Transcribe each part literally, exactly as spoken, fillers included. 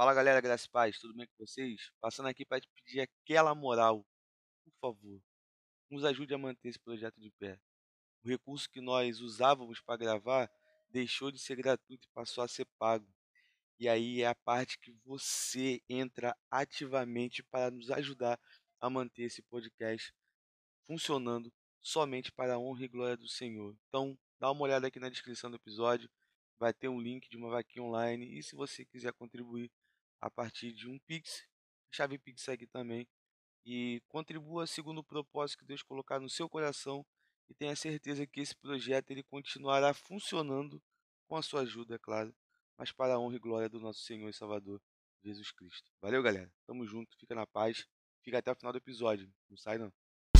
Fala galera, graças e paz, tudo bem com vocês? Passando aqui para te pedir aquela moral, por favor, nos ajude a manter esse projeto de pé. O recurso que nós usávamos para gravar deixou de ser gratuito e passou a ser pago. E aí é a parte que você entra ativamente para nos ajudar a manter esse podcast funcionando somente para a honra e glória do Senhor. Então, dá uma olhada aqui na descrição do episódio, vai ter um link de uma vaquinha online e se você quiser contribuir a partir de um Pix, a chave Pix segue também e contribua segundo o propósito que Deus colocar no seu coração e tenha certeza que esse projeto ele continuará funcionando com a sua ajuda, é claro, mas para a honra e glória do nosso Senhor e Salvador Jesus Cristo. Valeu, galera. Tamo junto, fica na paz. Fica até o final do episódio. Não sai não.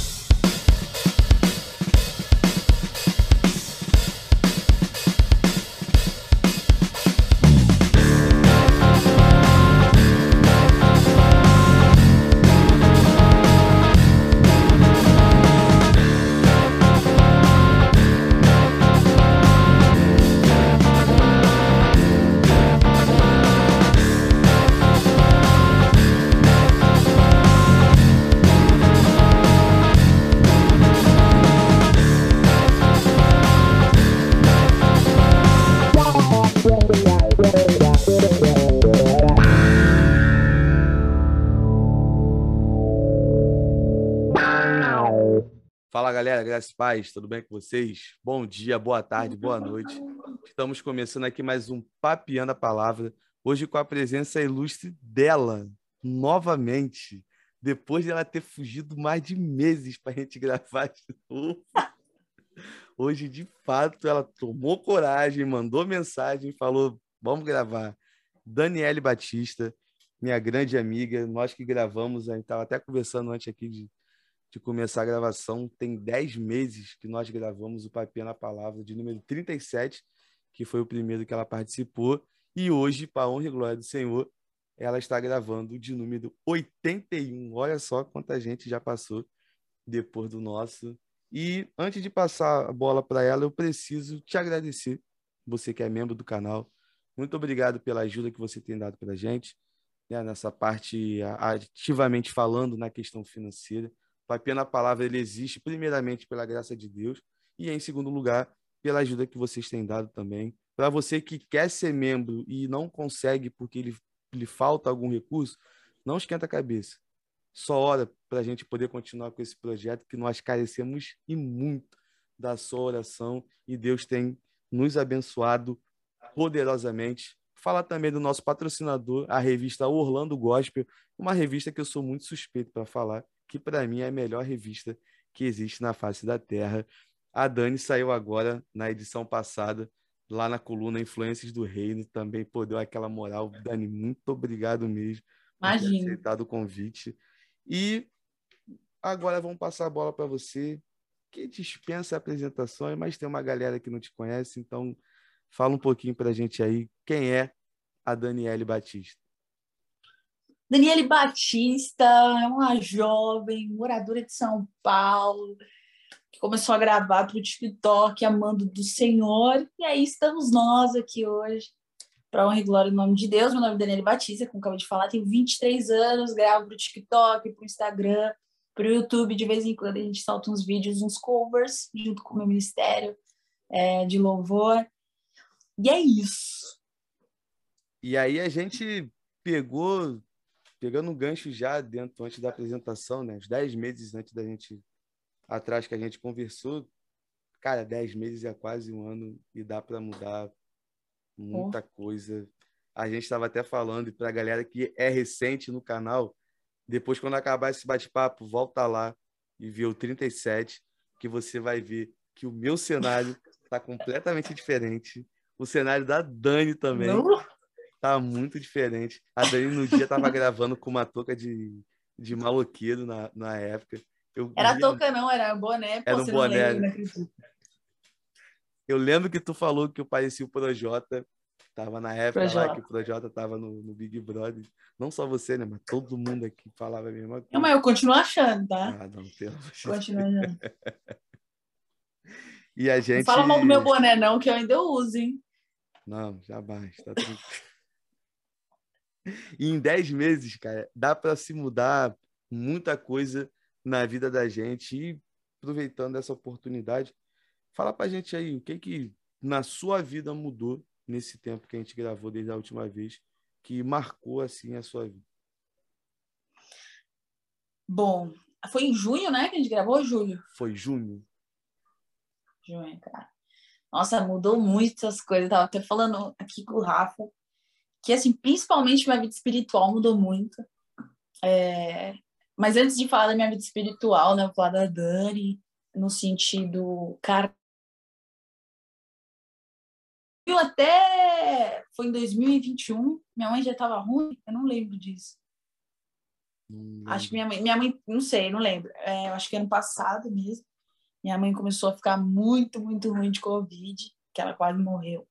Fala galera, graças e paz, tudo bem com vocês? Bom dia, boa tarde, boa noite. Estamos começando aqui mais um Papeando a Palavra, hoje com a presença ilustre dela, novamente, depois de ela ter fugido mais de meses para a gente gravar de novo. Hoje, de fato, ela tomou coragem, mandou mensagem, falou, vamos gravar. Daniele Batista, minha grande amiga, nós que gravamos, a gente estava até conversando antes aqui de de começar a gravação. Tem dez meses que nós gravamos o Papeando a Palavra de número trinta e sete, que foi o primeiro que ela participou. E hoje, para a honra e glória do Senhor, ela está gravando de número oitenta e um. Olha só quanta gente já passou depois do nosso. E antes de passar a bola para ela, eu preciso te agradecer, você que é membro do canal. Muito obrigado pela ajuda que você tem dado para a gente, né, nessa parte ativamente falando na questão financeira. O Papeando a Palavra ele existe primeiramente pela graça de Deus e, em segundo lugar, pela ajuda que vocês têm dado também. Para você que quer ser membro e não consegue porque lhe, lhe falta algum recurso, não esquenta a cabeça. Só ora para a gente poder continuar com esse projeto que nós carecemos e muito da sua oração e Deus tem nos abençoado poderosamente. Fala também do nosso patrocinador, a revista Orlando Gospel, uma revista que eu sou muito suspeito para falar, que para mim é a melhor revista que existe na face da Terra. A Dani saiu agora na edição passada, lá na coluna Influências do Reino, também pô, deu aquela moral. Dani, muito obrigado mesmo por ter Imagino. aceitado o convite. E agora vamos passar a bola para você, que dispensa apresentações, mas tem uma galera que não te conhece, então fala um pouquinho para a gente aí quem é a Daniele Batista. Daniele Batista é uma jovem moradora de São Paulo que começou a gravar para o TikTok, amando do Senhor. E aí estamos nós aqui hoje, para honra e glória do nome de Deus. Meu nome é Daniele Batista, como acabei de falar, tenho vinte e três anos, gravo para o TikTok, para o Instagram, para o YouTube. De vez em quando a gente solta uns vídeos, uns covers, junto com o meu ministério é, de louvor. E é isso. E aí a gente pegou, pegando um gancho já dentro, antes da apresentação, né? Uns dez meses antes da gente, atrás que a gente conversou. Cara, dez meses é quase um ano e dá para mudar muita Oh. coisa. A gente estava até falando para a galera que é recente no canal, depois quando acabar esse bate-papo, volta lá e vê o trinta e sete, que você vai ver que o meu cenário está completamente diferente. O cenário da Dani também Não. tá muito diferente. A Dani no dia estava gravando com uma touca de, de maloqueiro na, na época. Eu Era via, touca, não, era boné. Pô, era um você não lembra, boné, eu né? não acredito. Eu lembro que tu falou que eu parecia o Projota. Tava na época lá que Projota. o Projota tava no, no Big Brother. Não só você, né? Mas todo mundo aqui falava a mesma Não, coisa. mas eu continuo achando, tá? Ah, não, pelo amor de Deus. Continuo achando. E a Não fala mal do meu gente... boné, não, que eu ainda uso, hein? Não, jamais. Tá tranquilo. E em dez meses, cara, dá para se mudar muita coisa na vida da gente. E aproveitando essa oportunidade, fala pra gente aí, o que que na sua vida mudou nesse tempo que a gente gravou desde a última vez, que marcou assim a sua vida? Bom, foi em junho, né, que a gente gravou, ou julho? Foi junho? Junho, cara. Nossa, mudou muitas coisas. Eu tava até falando aqui com o Rafa, que, assim, principalmente minha vida espiritual mudou muito. É... Mas antes de falar da minha vida espiritual, né, eu vou falar da Dani, no sentido, cara, eu até foi em dois mil e vinte e um, minha mãe já estava ruim, eu não lembro disso. Não Acho que lembro. minha mãe, minha mãe, não sei, não lembro. É, eu acho que ano passado mesmo, minha mãe começou a ficar muito, muito ruim de Covid, que ela quase morreu.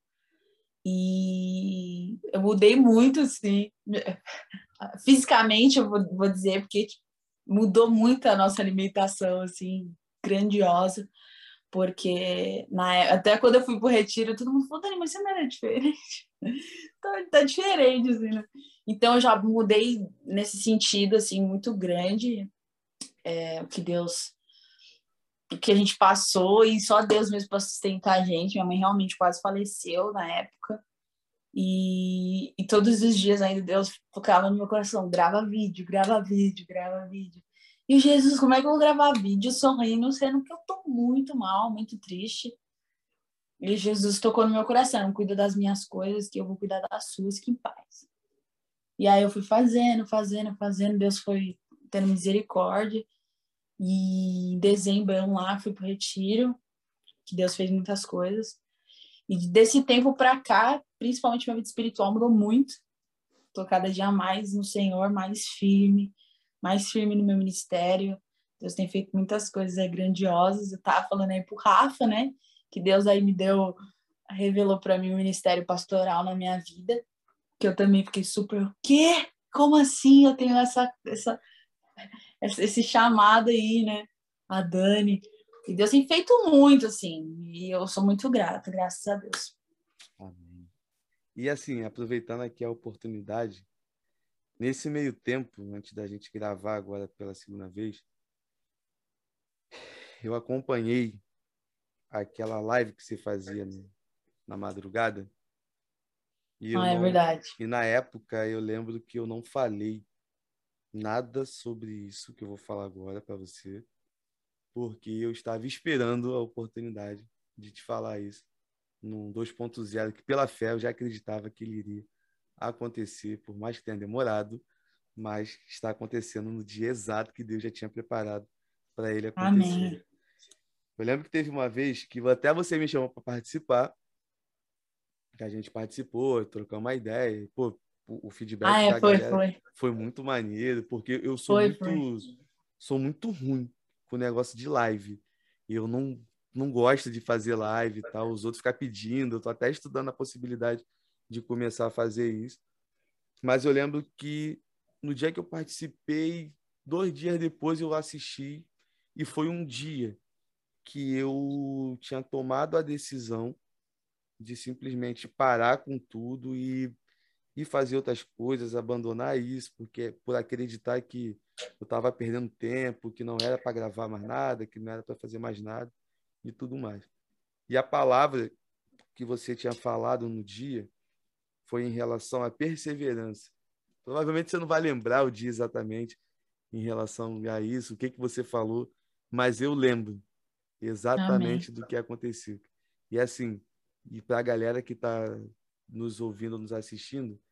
E eu mudei muito, assim, fisicamente, eu vou, vou dizer, porque tipo, mudou muito a nossa alimentação, assim, grandiosa, porque na, é- até quando eu fui pro retiro, todo mundo falou, Dani, mas você não era diferente? tá, tá diferente, assim, né? Então, eu já mudei nesse sentido, assim, muito grande, é, o que Deus, o que a gente passou, e só Deus mesmo para sustentar a gente. Minha mãe realmente quase faleceu na época, e, e todos os dias ainda Deus tocava no meu coração, grava vídeo, grava vídeo, grava vídeo. E Jesus, como é que eu vou gravar vídeo sorrindo, sendo que eu tô muito mal, muito triste? E Jesus tocou no meu coração, cuida das minhas coisas, que eu vou cuidar das suas, que em paz. E aí eu fui fazendo, fazendo, fazendo, Deus foi tendo misericórdia. E em dezembro eu lá fui pro retiro, que Deus fez muitas coisas. E desse tempo para cá, principalmente minha vida espiritual mudou muito. Tô cada dia mais no Senhor, mais firme, mais firme no meu ministério. Deus tem feito muitas coisas é, grandiosas. Eu tava falando aí pro Rafa, né? Que Deus aí me deu, revelou para mim o ministério pastoral na minha vida, que eu também fiquei super, o quê? Como assim eu tenho essa, essa, esse chamado aí, né? A Dani. E Deus tem feito muito, assim. E eu sou muito grata, graças a Deus. Amém. E assim, aproveitando aqui a oportunidade, nesse meio tempo, antes da gente gravar agora pela segunda vez, eu acompanhei aquela live que você fazia né, na madrugada e eu Ah, é não verdade. e na época eu lembro que eu não falei nada sobre isso que eu vou falar agora para você, porque eu estava esperando a oportunidade de te falar isso num dois ponto zero que pela fé eu já acreditava que ele iria acontecer, por mais que tenha demorado, mas está acontecendo no dia exato que Deus já tinha preparado para ele acontecer. Amém. Eu lembro que teve uma vez que até você me chamou para participar, que a gente participou, trocamos uma ideia. Pô, o, o Ah, feedback é, da foi, galera foi. foi muito maneiro, porque eu sou Foi, foi. muito sou muito ruim com o negócio de live. E eu não não gosto de fazer live e tal, os outros ficam pedindo, eu tô até estudando a possibilidade de começar a fazer isso. Mas eu lembro que no dia que eu participei, dois dias depois eu assisti e foi um dia que eu tinha tomado a decisão de simplesmente parar com tudo e, e fazer outras coisas, abandonar isso, porque por acreditar que eu estava perdendo tempo, que não era para gravar mais nada, que não era para fazer mais nada e tudo mais. E a palavra que você tinha falado no dia foi em relação à perseverança. Provavelmente você não vai lembrar o dia exatamente em relação a isso, o que que você falou, mas eu lembro Amém. exatamente do que aconteceu. E assim, e para a galera que está nos ouvindo, nos assistindo,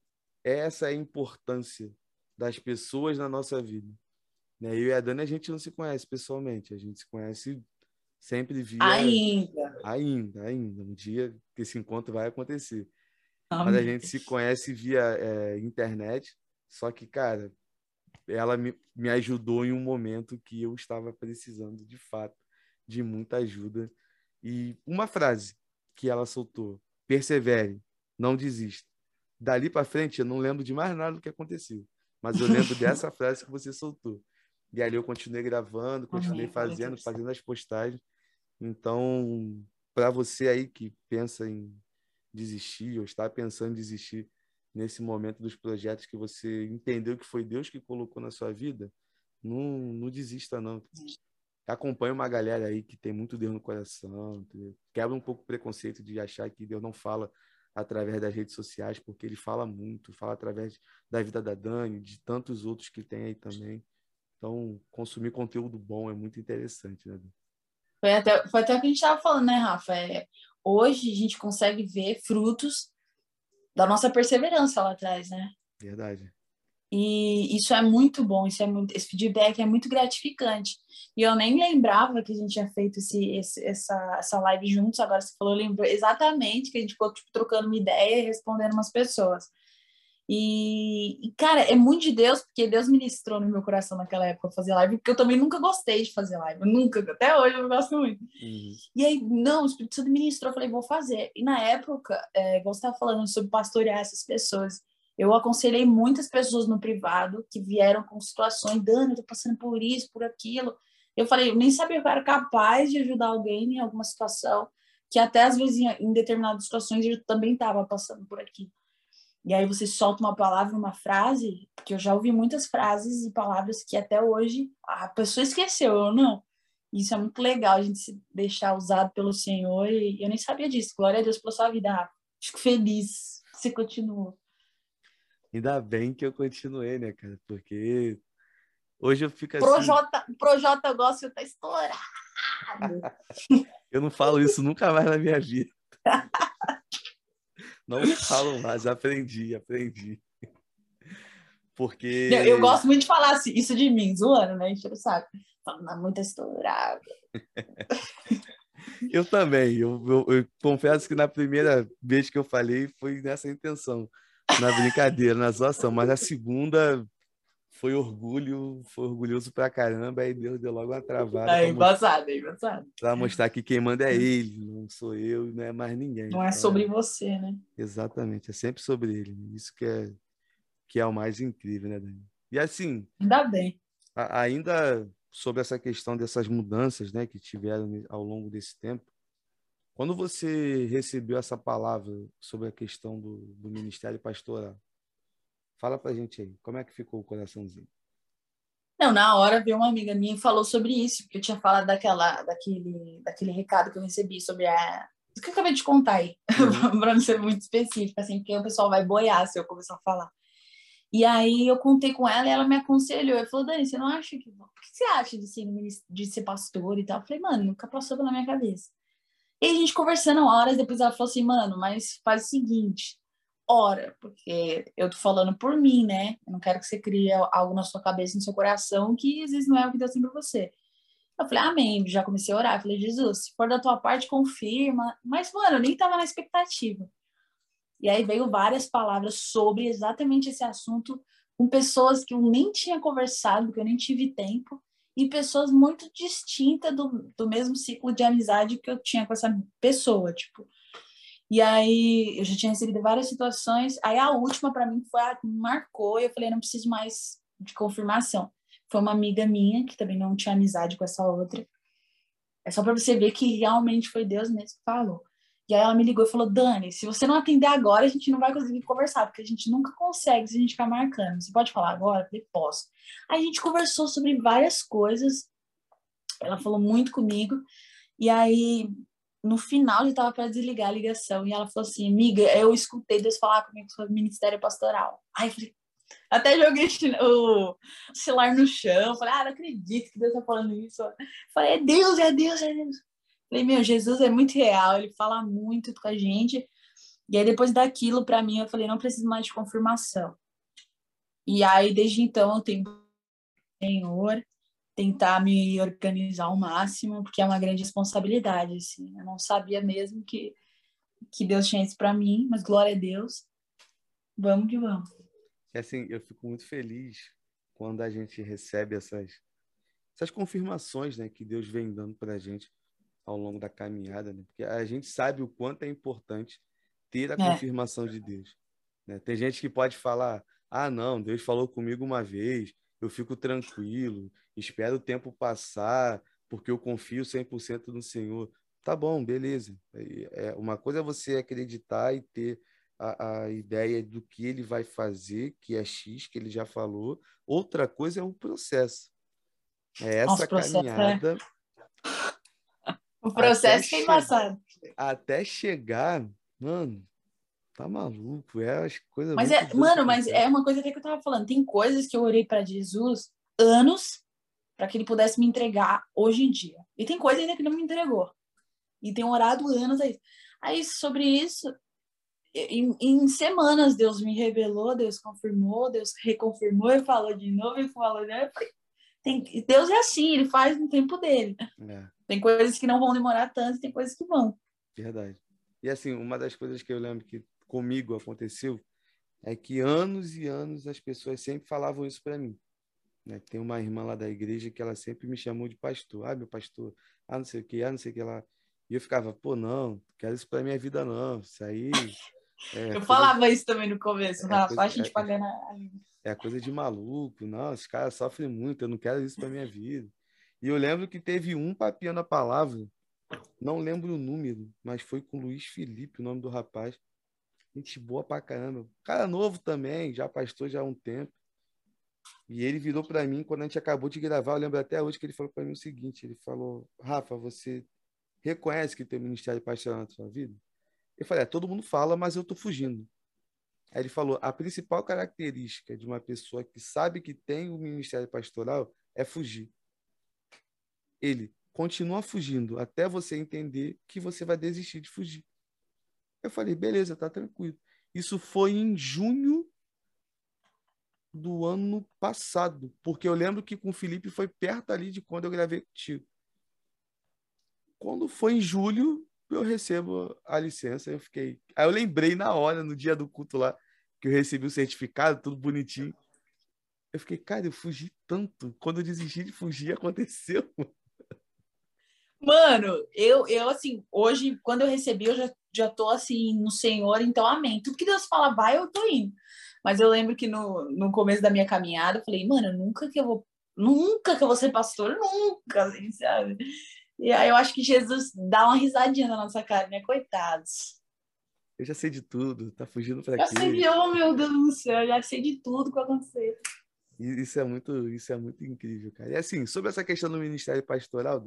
essa é a importância das pessoas na nossa vida. Né? Eu e a Dani, a gente não se conhece pessoalmente, a gente se conhece sempre via Ainda. ainda, ainda. Um dia que esse encontro vai acontecer. Mas a Amém. gente se conhece via é, internet, só que, cara, ela me, me ajudou em um momento que eu estava precisando, de fato, de muita ajuda. E uma frase que ela soltou: persevere, não desista. Dali para frente, eu não lembro de mais nada do que aconteceu, mas eu lembro dessa frase que você soltou. E ali eu continuei gravando, continuei Amém. Glória a fazendo, Deus. fazendo as postagens. Então, para você aí que pensa em desistir ou está pensando em desistir, nesse momento dos projetos que você entendeu que foi Deus que colocou na sua vida, não, não desista, não. Acompanha uma galera aí que tem muito Deus no coração, entendeu? Quebra um pouco o preconceito de achar que Deus não fala através das redes sociais, porque ele fala muito, fala através da vida da Dani, de tantos outros que tem aí também. Então, consumir conteúdo bom é muito interessante, né? Foi até, foi até o que a gente estava falando, né, Rafa? É, hoje a gente consegue ver frutos da nossa perseverança lá atrás, né? Verdade. E isso é muito bom, isso é muito, esse feedback é muito gratificante. E eu nem lembrava que a gente tinha feito esse, esse, essa, essa live juntos, agora você falou, eu lembro exatamente que a gente ficou tipo, trocando uma ideia e respondendo umas pessoas. E, e, cara, é muito de Deus, porque Deus ministrou no meu coração naquela época fazer live, porque eu também nunca gostei de fazer live, nunca, até hoje eu não gosto muito. Uhum. E aí, não, o Espírito Santo ministrou, eu falei, vou fazer. E na época, é, você estava falando sobre pastorear essas pessoas, eu aconselhei muitas pessoas no privado que vieram com situações, Dani, eu tô passando por isso, por aquilo. Eu falei, eu nem sabia que eu era capaz de ajudar alguém em alguma situação, que até às vezes em, em determinadas situações eu também estava passando por aqui. E aí você solta uma palavra, uma frase, que eu já ouvi muitas frases e palavras que até hoje a pessoa esqueceu, ou não. Isso é muito legal, a gente se deixar usado pelo Senhor, e eu nem sabia disso. Glória a Deus pela sua vida, Rafa. Fico feliz que você continua. Ainda bem que eu continuei, né, cara? Porque hoje eu fico assim, Projota, Projota Gospel tá estourado. eu não falo isso nunca mais na minha vida. Não falo mais, aprendi, aprendi. Eu, eu Porque gosto muito de falar assim, isso de mim, zoando, né? Encher o saco. Falando, não, muito estourado. eu também, eu, eu, eu confesso que na primeira vez que eu falei foi nessa intenção, na brincadeira, na zoação, mas a segunda foi orgulho, foi orgulhoso pra caramba, aí Deus deu logo uma travada É para mostrar, embaçado, é embaçado. pra mostrar que quem manda é ele, não sou eu, não é mais ninguém. Não é Então é sobre você, né? exatamente, é sempre sobre ele. Isso que é, que é o mais incrível, né, Dani? E assim, Ainda bem. a- ainda sobre essa questão dessas mudanças, né, que tiveram ao longo desse tempo, quando você recebeu essa palavra sobre a questão do, do ministério pastoral, fala pra gente aí, como é que ficou o coraçãozinho? Não, na hora veio uma amiga minha e falou sobre isso, porque eu tinha falado daquela, daquele, daquele recado que eu recebi sobre a. Isso que eu acabei de contar aí, Uhum. para não ser muito específico, assim, porque o pessoal vai boiar se eu começar a falar. E aí eu contei com ela e ela me aconselhou. Ela falou, Dani, você não acha que. O que você acha de ser, de ser pastor e tal? Eu falei, mano, nunca passou pela minha cabeça. E a gente conversando horas, depois ela falou assim, mano, mas faz o seguinte, ora, porque eu tô falando por mim, né? Eu não quero que você crie algo na sua cabeça, no seu coração, que às vezes não é o que Deus tem pra você. Eu falei, amém, já comecei a orar. Eu falei, Jesus, se for da tua parte, confirma. Mas, mano, eu nem tava na expectativa. E aí veio várias palavras sobre exatamente esse assunto, com pessoas que eu nem tinha conversado, que eu nem tive tempo, e pessoas muito distintas do, do mesmo ciclo de amizade que eu tinha com essa pessoa, tipo. E aí eu já tinha recebido várias situações, aí a última para mim foi a que me marcou, e eu falei, não preciso mais de confirmação. Foi uma amiga minha, que também não tinha amizade com essa outra. É só para você ver que realmente foi Deus mesmo que falou. E aí ela me ligou e falou, Dani, se você não atender agora, a gente não vai conseguir conversar, porque a gente nunca consegue se a gente ficar marcando. Você pode falar agora? Eu falei, posso. Aí a gente conversou sobre várias coisas, ela falou muito comigo, e aí no final já estava para desligar a ligação, e ela falou assim, amiga, eu escutei Deus falar comigo sobre o ministério pastoral. Aí eu falei, até joguei o celular no chão, falei, ah, não acredito que Deus tá falando isso. Falei, é Deus, é Deus, é Deus. Falei, meu, Jesus é muito real, ele fala muito com a gente. E aí, depois daquilo, para mim, eu falei, não preciso mais de confirmação. E aí, desde então, eu tenho Senhor, tentar me organizar ao máximo, porque é uma grande responsabilidade, assim. Eu não sabia mesmo que, que Deus tinha isso para mim, mas glória a Deus. Vamos que vamos. E assim, eu fico muito feliz quando a gente recebe essas, essas confirmações, né, que Deus vem dando para a gente ao longo da caminhada, né? Porque a gente sabe o quanto é importante ter a É, confirmação de Deus, né? Tem gente que pode falar, ah, não, Deus falou comigo uma vez, eu fico tranquilo, espero o tempo passar, porque eu confio cem por cento no Senhor. Tá bom, beleza. É, uma coisa é você acreditar e ter a, a ideia do que ele vai fazer, que é X, que ele já falou. Outra coisa é o processo. É essa Nossa, o processo é... caminhada O até, processo que é che embaçado. até chegar, mano, tá maluco, é as coisas Mas muito é, doidas que mano, mas acontecem. é uma coisa até que eu tava falando. Tem coisas que eu orei para Jesus anos para que ele pudesse me entregar hoje em dia. E tem coisa ainda que não me entregou. E tem orado anos aí. Aí, sobre isso, em, em semanas, Deus me revelou, Deus confirmou, Deus reconfirmou e falou de novo e falou, né? Tem, Deus é assim, ele faz no tempo dele. É, Tem coisas que não vão demorar tanto, tem coisas que vão. verdade. E assim, uma das coisas que eu lembro que comigo aconteceu é que anos e anos as pessoas sempre falavam isso para mim. Né? Tem uma irmã lá da igreja que ela sempre me chamou de pastor. Ah, meu pastor, ah, não sei o que, ah, não sei o que lá. E eu ficava, pô, não, quero isso para minha vida, não. Isso aí é Eu coisa, falava isso também no começo, é falava, só coisa, a gente é, pagando a língua. é coisa de maluco. Não, os caras sofrem muito, eu não quero isso para minha vida. E eu lembro que teve um papiando a palavra, não lembro o número, mas foi com o Luiz Felipe, o nome do rapaz. Gente boa pra caramba. Cara novo também, já pastor já há um tempo. E ele virou para mim quando a gente acabou de gravar. Eu lembro até hoje que ele falou para mim o seguinte: ele falou, Rafa, você reconhece que tem um ministério pastoral na sua vida? Eu falei, é, todo mundo fala, mas eu tô fugindo. Aí ele falou, a principal característica de uma pessoa que sabe que tem o ministério pastoral é fugir. Ele continua fugindo até você entender que você vai desistir de fugir. Eu falei, beleza, tá tranquilo. Isso foi em junho do ano passado, porque eu lembro que com o Felipe foi perto ali de quando eu gravei contigo. Quando foi em julho, eu recebo a licença, eu fiquei. Aí eu lembrei na hora, no dia do culto lá, que eu recebi o certificado, tudo bonitinho. Eu fiquei, cara, eu fugi tanto. Quando eu desisti de fugir, aconteceu. Mano, eu, eu assim, hoje, quando eu recebi, eu já, já tô assim no Senhor, então amém. Tudo que Deus fala, vai, eu tô indo. Mas eu lembro que no, no começo da minha caminhada, eu falei, mano, nunca que eu vou, nunca que eu vou ser pastor, nunca, assim, sabe? E aí eu acho que Jesus dá uma risadinha na nossa cara, né? Coitados. Eu já sei de tudo, tá fugindo pra Já sei quê? de, oh meu Deus do céu, já sei de tudo que vai acontecer. E isso é muito, isso é muito incrível, cara. E assim, sobre essa questão do ministério pastoral,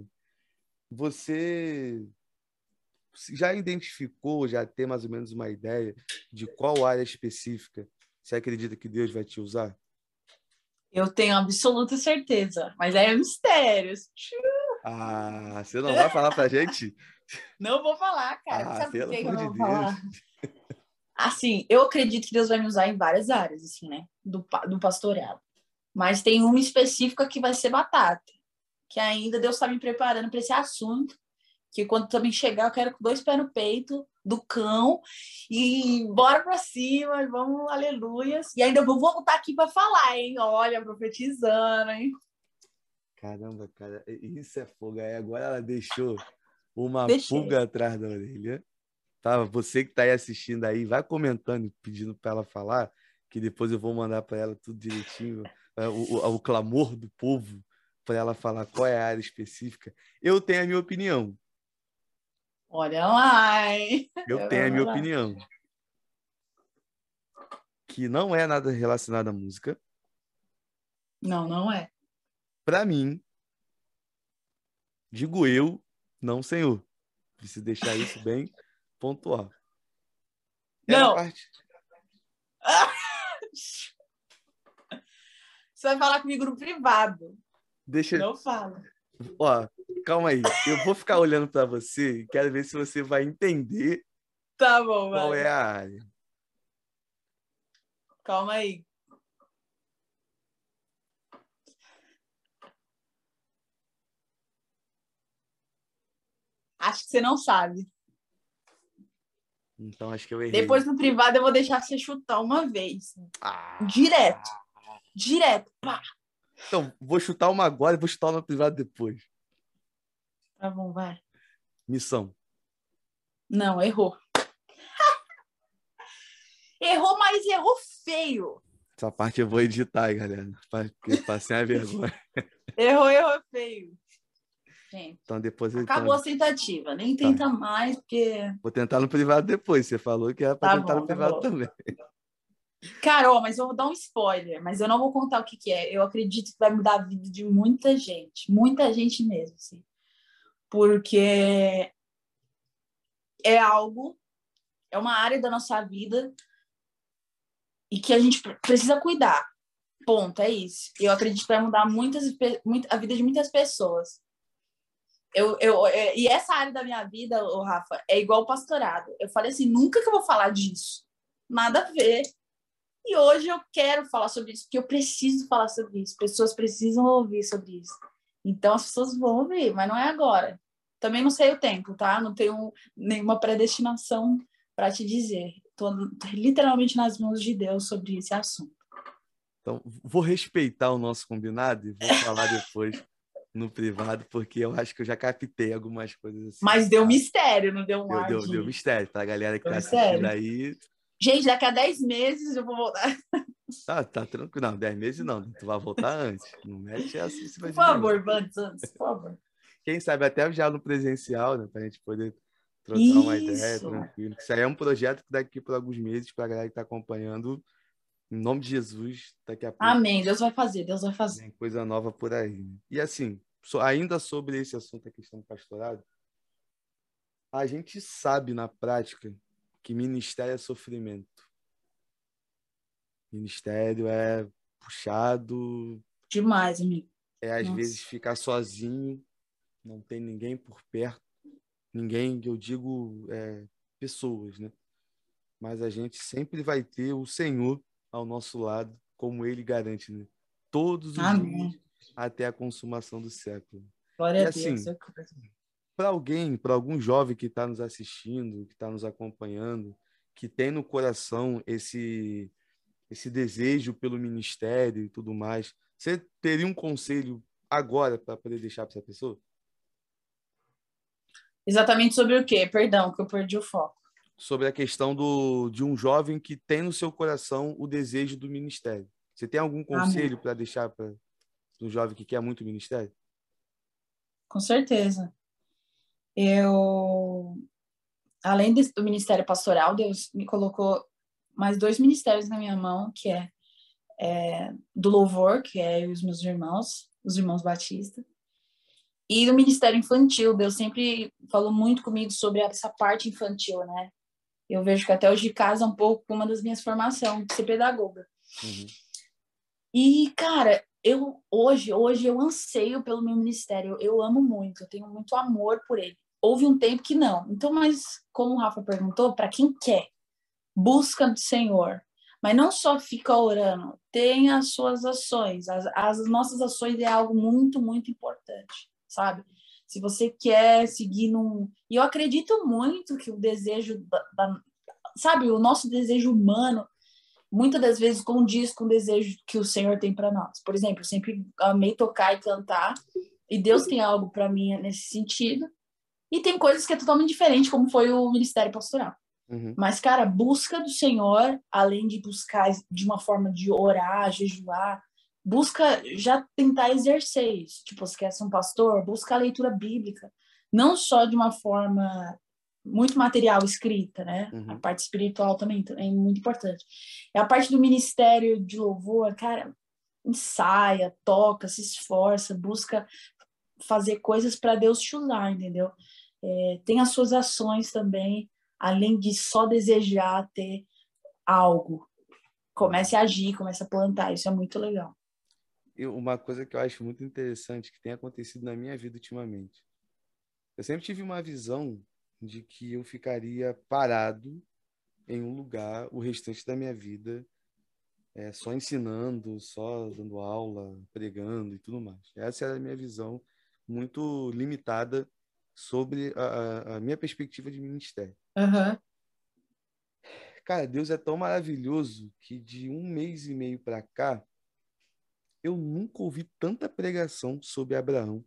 você já identificou, já tem mais ou menos uma ideia de qual área específica você acredita que Deus vai te usar? Eu tenho absoluta certeza, mas aí é mistério. Ah, você não vai falar pra gente? Não vou falar, cara. Ah, Sabe por pelo que eu amor não de vou Deus. falar? Assim, eu acredito que Deus vai me usar em várias áreas, assim, né? Do, do pastoreado. Mas tem uma específica que vai ser batata. Que ainda Deus está me preparando para esse assunto. Que quando também chegar, eu quero com dois pés no peito do cão. E bora pra cima, vamos, aleluias. E ainda vou voltar aqui para falar, hein? Olha, profetizando, hein? Caramba, cara, isso é fogo. Aí agora ela deixou uma Deixei. pulga atrás da orelha. Tá? Você que tá aí assistindo aí, vai comentando, pedindo para ela falar, que depois eu vou mandar para ela tudo direitinho, é, o, o, o clamor do povo, para ela falar qual é a área específica. Eu tenho a minha opinião. Olha lá, hein? Eu tenho a minha opinião. Que não é nada relacionado à música. Não, não é. Para mim, digo eu, não, senhor. Preciso deixar isso bem pontual. É na Não! parte. Você vai falar comigo no privado. Deixa. Não fala. Ó, calma aí. Eu vou ficar olhando para você e quero ver se você vai entender Tá bom, qual vai. é a área. Calma aí. Acho que você não sabe. Então acho que eu errei. Depois no privado eu vou deixar você chutar uma vez. Direto. Ah. Direto. Pá. Então, vou chutar uma agora e vou chutar uma privada depois. Tá bom, vai. Missão. Não, errou. Errou, mas errou feio. Essa parte eu vou editar, galera. Porque passei a vergonha. Errou, errou feio. Gente, Então depois... eu- acabou Então, a tentativa. Nem tá. tenta mais, porque... Vou tentar no privado depois. Você falou que era para Tá tentar no bom, tá privado bom. também. Carol, mas eu vou dar um spoiler, mas eu não vou contar o que que é. Eu acredito que vai mudar a vida de muita gente. Muita gente mesmo, assim. Porque é algo, é uma área da nossa vida e que a gente precisa cuidar. Ponto, é isso. Eu acredito que vai mudar muitas, muito, a vida de muitas pessoas. Eu, eu, é, e essa área da minha vida, ô Rafa, é igual o pastorado. Eu falei assim, nunca que eu vou falar disso. Nada a ver. E hoje eu quero falar sobre isso, porque eu preciso falar sobre isso. Pessoas precisam ouvir sobre isso. Então as pessoas vão ouvir, mas não é agora. Também não sei o tempo, tá? Não tenho nenhuma predestinação para te dizer. Estou literalmente nas mãos de Deus sobre esse assunto. Então, vou respeitar o nosso combinado e vou falar depois no privado, porque eu acho que eu já captei algumas coisas assim. Mas deu Tá? mistério, não deu um Deu, ar deu, deu de... mistério para a galera que Deu está assistindo mistério. aí. Gente, daqui a dez meses eu vou voltar. Tá, tá tranquilo. Não, dez meses não. Tu vai voltar antes. Não mete essa em cima Por de mim, não. favor, antes, antes, por favor. Quem sabe até já no presencial, né? Para a gente poder trocar uma ideia Isso. tranquilo. Isso aí é um projeto que daqui por alguns meses, para a galera que está acompanhando, em nome de Jesus, daqui a pouco Amém. Deus vai fazer, Deus vai fazer. tem coisa nova por aí. Né? E assim, so- ainda sobre esse assunto, a questão do pastorado, a gente sabe na prática que ministério é sofrimento. Ministério é puxado, Demais, amigo. é às vezes Nossa. ficar sozinho, não tem ninguém por perto, ninguém, eu digo, é, pessoas, né? Mas a gente sempre vai ter o Senhor ao nosso lado, como Ele garante, né? Todos os dias Amém. até a consumação do século. Glória E a Deus. assim, Eu creio. para alguém, para algum jovem que está nos assistindo, que está nos acompanhando, que tem no coração esse esse desejo pelo ministério e tudo mais, você teria um conselho agora para poder deixar para essa pessoa? Exatamente sobre o quê? Perdão, que eu perdi o foco. Sobre a questão do, de um jovem que tem no seu coração o desejo do ministério. Você tem algum Amém. conselho para deixar para um jovem que quer muito ministério? Com certeza. Eu, além desse- do ministério pastoral, Deus me colocou mais dois ministérios na minha mão, que é, é do louvor, que é eu e os meus irmãos, os irmãos Batista, e do ministério infantil. Deus sempre falou muito comigo sobre essa parte infantil, né? Eu vejo que até hoje casa um pouco com uma das minhas formações, de ser pedagoga. Uhum. E, cara, eu hoje, hoje eu anseio pelo meu ministério. Eu, eu amo muito, eu tenho muito amor por ele. Houve um tempo que não. Então, mas como o Rafa perguntou, para quem quer, busca do Senhor. Mas não só fica orando, tem as suas ações. As, as nossas ações é algo muito, muito importante, sabe? Se você quer seguir num... E eu acredito muito que o desejo da, da... Sabe, o nosso desejo humano muitas das vezes condiz com o desejo que o Senhor tem para nós. Por exemplo, eu sempre amei tocar e cantar, e Deus tem algo para mim nesse sentido. E tem coisas que é totalmente diferente, como foi o ministério pastoral. Uhum. Mas, cara, busca do Senhor, além de buscar de uma forma de orar, jejuar, busca já tentar exercer isso. Tipo, você quer ser um pastor, busca a leitura bíblica. Não só de uma forma muito material escrita, né? Uhum. A parte espiritual também é muito importante. E a parte do ministério de louvor, cara, ensaia, toca, se esforça, busca fazer coisas para Deus te usar, entendeu? É, tem as suas ações também, além de só desejar ter algo. Comece a agir, comece a plantar, isso é muito legal. E uma coisa que eu acho muito interessante que tem acontecido na minha vida ultimamente. Eu sempre tive uma visão de que eu ficaria parado em um lugar o restante da minha vida, é, só ensinando, só dando aula, pregando e tudo mais. Essa era a minha visão muito limitada sobre a, a- a minha perspectiva de ministério. Uhum. Cara, Deus é tão maravilhoso que de um mês e meio para cá, eu nunca ouvi tanta pregação sobre Abraão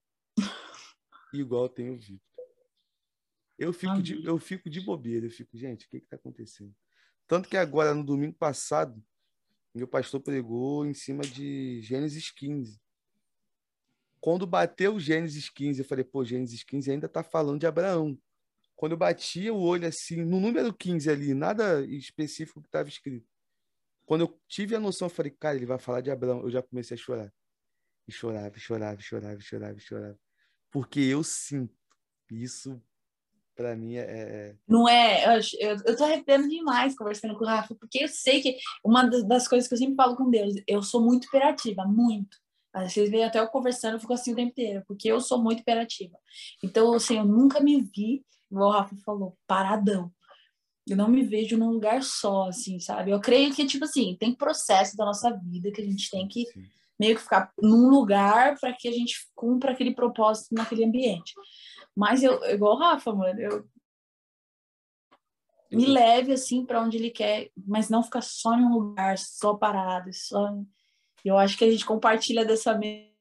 igual eu tenho ouvido. Eu fico de, eu fico de bobeira, eu fico, gente, o que está acontecendo? Tanto que agora, no domingo passado, meu pastor pregou em cima de Gênesis quinze. Quando bateu Gênesis quinze, eu falei, pô, Gênesis quinze ainda tá falando de Abraão. Quando eu batia o olho assim, no número quinze ali, nada específico que estava escrito. Quando eu tive a noção, eu falei, cara, ele vai falar de Abraão. Eu já comecei a chorar. E chorava, e chorava, e chorava, e chorava, e chorava. Porque eu sinto. Isso, para mim, é, é... Não é? Eu, acho- eu, eu tô arrependendo demais conversando com o Rafa, porque eu sei que uma das das coisas que eu sempre falo com Deus, eu sou muito imperativa, muito. Mas vocês veem até eu conversando, eu fico assim o tempo inteiro, porque eu sou muito imperativa. Então, assim, eu nunca me vi, igual o Rafa falou, paradão. Eu não me vejo num lugar só, assim, sabe? Eu creio que, tipo assim, tem processo da nossa vida que a gente tem que Sim. meio que ficar num lugar para que a gente cumpra aquele propósito naquele ambiente. Mas eu, igual o Rafa, mano, eu Eu, me eu, leve assim para onde ele quer, mas não ficar só em um lugar, só parado, só. Eu acho que a gente compartilha dessa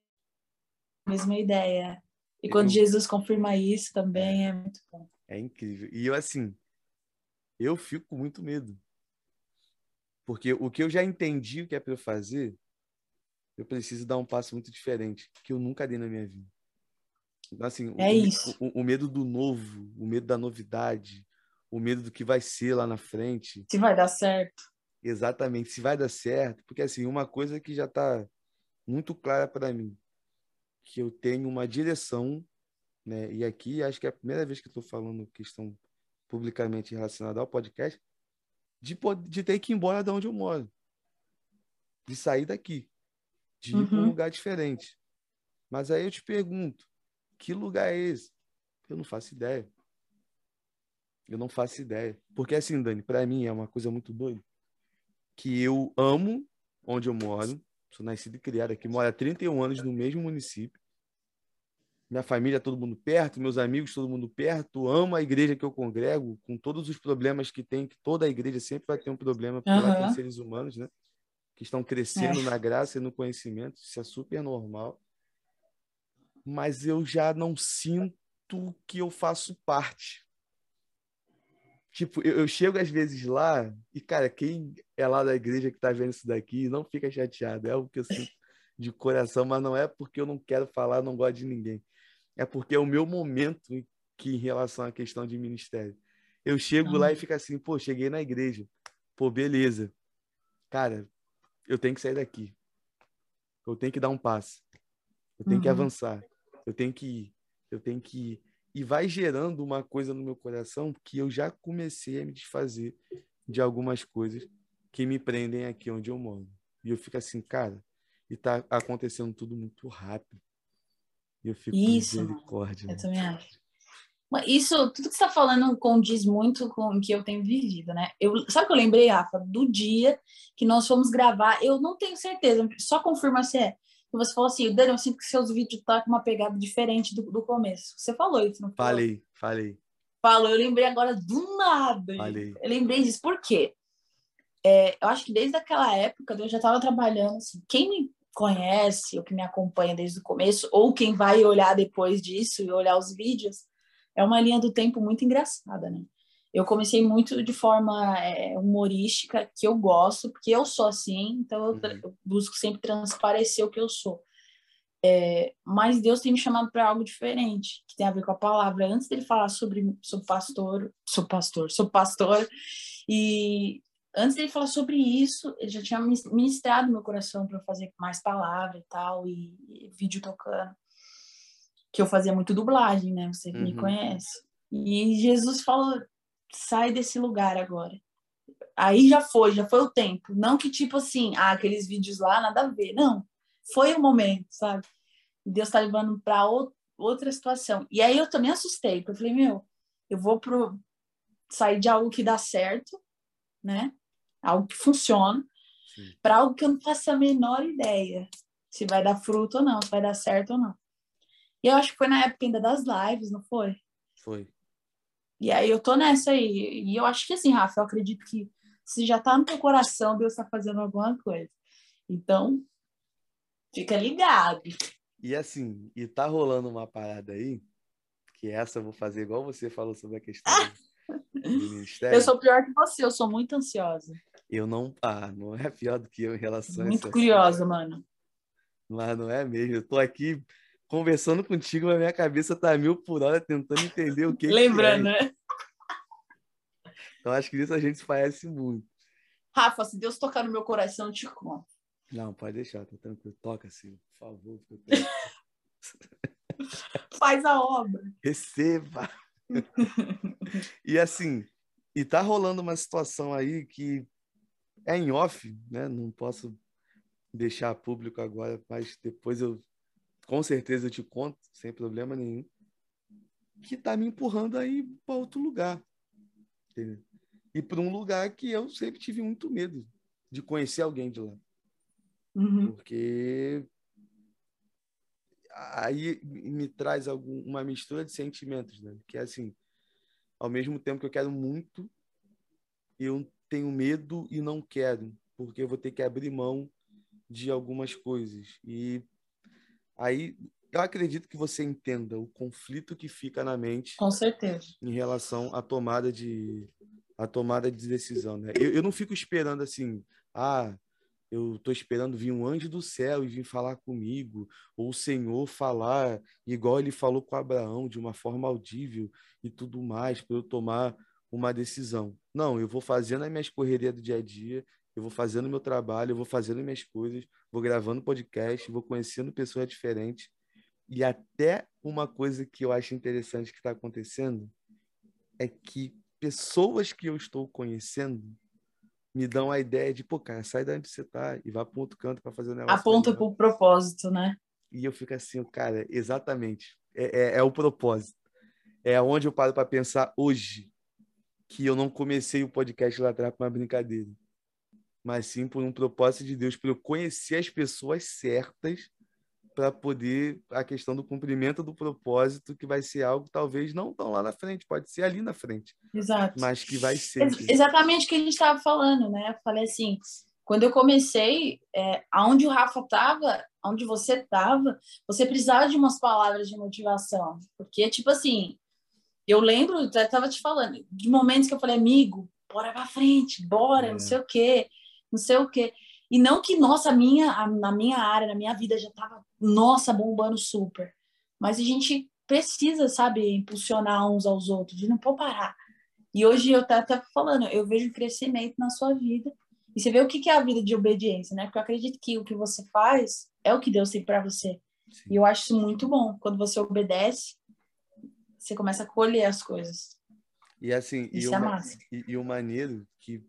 mesma ideia. E quando eu, Jesus confirma isso é, também é muito bom. é incrível. E eu, assim, eu fico com muito medo. Porque o que eu já entendi o que é para eu fazer, eu preciso dar um passo muito diferente, que eu nunca dei na minha vida. Então, assim, É o, isso. o, o medo do novo, o medo da novidade, o medo do que vai ser lá na frente, Se vai dar certo. exatamente, se vai dar certo, porque, assim, uma coisa que já está muito clara para mim, que eu tenho uma direção, né? E aqui acho que é a primeira vez que estou falando questão publicamente relacionada ao podcast, de, poder, de ter que ir embora de onde eu moro, de sair daqui, de ir para um Uhum. lugar diferente. Mas aí eu te pergunto, que lugar é esse? Eu não faço ideia. Eu não faço ideia. Porque assim, Dani, para mim é uma coisa muito doida, que eu amo onde eu moro, sou nascido e criado aqui, moro há trinta e um anos no mesmo município. Minha família, todo mundo perto, meus amigos, todo mundo perto. Amo a igreja que eu congrego, com todos os problemas que tem, que toda a igreja sempre vai ter um problema, porque lá tem Aham. seres humanos, né? Que estão É. crescendo na graça e no conhecimento. Isso é super normal. Mas eu já não sinto que eu faço parte. Tipo, eu, eu chego às vezes lá e, cara, quem é lá da igreja que tá vendo isso daqui não fica chateado. É o que eu sinto de coração, mas não é porque eu não quero falar, não gosto de ninguém. É porque é o meu momento que em relação à questão de ministério. Eu chego lá e Aham. fico assim, pô, cheguei na igreja. Pô, beleza. Cara, eu tenho que sair daqui. Eu tenho que dar um passo. Eu tenho que Uhum. avançar. Eu tenho que ir. Eu tenho que ir. E vai gerando uma coisa no meu coração que eu já comecei a me desfazer de algumas coisas que me prendem aqui onde eu moro. E eu fico assim, cara, e tá acontecendo tudo muito rápido. E eu fico, Isso, mano. misericórdia, Eu né? também acho. Mas isso, tudo que você está falando condiz muito com o que eu tenho vivido, né? Eu, sabe o que eu lembrei, Rafa? Do dia que nós fomos gravar, eu não tenho certeza, só confirma se é. Que você falou assim, Dani, eu sinto que seus vídeos tá com uma pegada diferente do, do começo. Você falou isso, não falou? Falei, falei, Falou, eu lembrei agora do nada. falei. Eu lembrei disso, por quê? É, eu acho que desde aquela época eu já estava trabalhando, assim, quem me conhece, ou que me acompanha desde o começo, ou quem vai olhar depois disso e olhar os vídeos, é uma linha do tempo muito engraçada, né? Eu comecei muito de forma é, humorística, que eu gosto, porque eu sou assim, então eu, Uhum, eu busco sempre transparecer o que eu sou. É, mas Deus tem me chamado para algo diferente, que tem a ver com a palavra. Antes dele falar sobre, sobre pastor, sou pastor, sou pastor, e antes dele falar sobre isso, ele já tinha ministrado no meu coração para eu fazer mais palavra e tal, e, e vídeo tocando, que eu fazia muito dublagem, né? Você me uhum. conhece. E Jesus falou: sai desse lugar agora. Aí já foi, já foi o tempo. Não que tipo assim, ah, aqueles vídeos lá, nada a ver. Não. Foi o momento, sabe? Deus está levando para outra situação. E aí eu também assustei, porque eu falei, meu, eu vou pro, sair de algo que dá certo, né? Algo que funciona, Sim, para algo que eu não faço a menor ideia se vai dar fruto ou não, se vai dar certo ou não. E eu acho que foi na época ainda das lives, não foi? foi. E aí eu tô nessa aí. E eu acho que assim, Rafa, eu acredito que se já tá no teu coração, Deus tá fazendo alguma coisa. Então, fica ligado. E assim, e tá rolando uma parada aí, que essa eu vou fazer igual você falou sobre a questão do, do Eu ministério. sou pior que você, eu sou muito ansiosa. Eu não, ah, não é pior do que eu em relação a esse Muito assunto, curiosa, mano. mas não é mesmo. Eu tô aqui conversando contigo, a minha cabeça tá a mil por hora tentando entender o que que Lembrando, é. né? Então, acho que isso a gente se parece muito. Rafa, se Deus tocar no meu coração, eu te conto. Não, pode deixar, tá tranquilo. Toca, Silvio, por favor. Eu quero... Faz a obra. Receba! E assim, e tá rolando uma situação aí que é em off, né? Não posso deixar público agora, mas depois eu, com certeza, eu te conto, sem problema nenhum, que tá me empurrando aí para outro lugar, entendeu? E para um lugar que eu sempre tive muito medo de conhecer alguém de lá, Uhum. porque aí me traz algum, uma mistura de sentimentos, né? Que é assim, ao mesmo tempo que eu quero muito, eu tenho medo e não quero, porque eu vou ter que abrir mão de algumas coisas. E aí eu acredito que você entenda o conflito que fica na mente Com certeza. em relação à tomada de à tomada de decisão, né? Eu, eu não fico esperando assim, ah, eu estou esperando vir um anjo do céu e vir falar comigo, ou o Senhor falar igual ele falou com Abraão, de uma forma audível e tudo mais, para eu tomar uma decisão. Não, eu vou fazendo as minhas correrias do dia a dia, eu vou fazendo meu trabalho, eu vou fazendo minhas coisas, vou gravando podcast, vou conhecendo pessoas diferentes. E até uma coisa que eu acho interessante que está acontecendo é que pessoas que eu estou conhecendo me dão a ideia de, pô, cara, sai da onde você tá e vá para um outro canto para fazer um negócio Aponta melhor. para o propósito, né? E eu fico assim, cara, exatamente. É, é, é o propósito. É onde eu paro para pensar hoje que eu não comecei o podcast lá atrás para uma brincadeira, mas sim por um propósito de Deus, para eu conhecer as pessoas certas para poder a questão do cumprimento do propósito, que vai ser algo talvez não tão lá na frente, pode ser ali na frente, Exato. mas que vai ser. Ex exatamente o que a gente estava falando, né? Eu falei assim, quando eu comecei, é, aonde o Rafa estava, aonde você estava, você precisava de umas palavras de motivação, porque tipo assim, eu lembro, eu estava te falando, de momentos que eu falei, amigo, bora pra frente, bora, não É, sei o quê, não sei o quê. E não que, nossa, a minha, a, na minha área, na minha vida já tava, nossa, bombando super. Mas a gente precisa, sabe, impulsionar uns aos outros, e não pode parar. E hoje eu tava até falando, eu vejo um crescimento na sua vida. E você vê o que é a vida de obediência, né? Porque eu acredito que o que você faz é o que Deus tem para você. E sim. eu acho isso muito bom. Quando você obedece, você começa a colher as coisas. E assim, e Isso é uma massa. e, e o maneiro que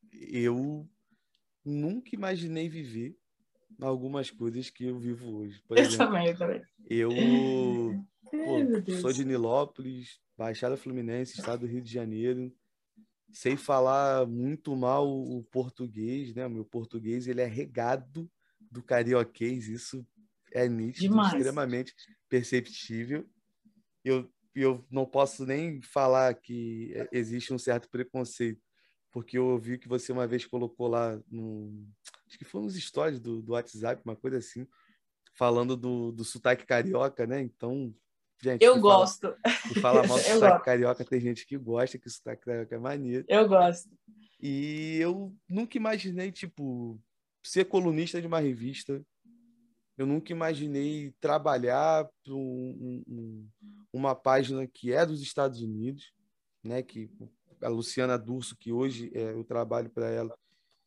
eu nunca imaginei viver algumas coisas que eu vivo hoje. Por Eu exemplo, também, eu também. eu, Ai, pô, meu sou Deus. de Nilópolis, Baixada Fluminense, estado do Rio de Janeiro. Sei falar muito mal o português, né? O meu português ele é regado do carioquês, isso é nítido, Demais. extremamente perceptível. Eu, eu não posso nem falar que existe um certo preconceito, porque eu ouvi que você uma vez colocou lá, no, acho que foi nos stories do, do WhatsApp, uma coisa assim, falando do, do sotaque carioca, né? Então, gente, que Eu fala, gosto. que fala mal do Eu sotaque gosto. carioca, tem gente que gosta, que o sotaque carioca é maneiro. Eu gosto. E eu nunca imaginei, tipo, ser colunista de uma revista. Eu nunca imaginei trabalhar para um, um, uma página que é dos Estados Unidos, né? Que a Luciana Durso, que hoje é, eu trabalho para ela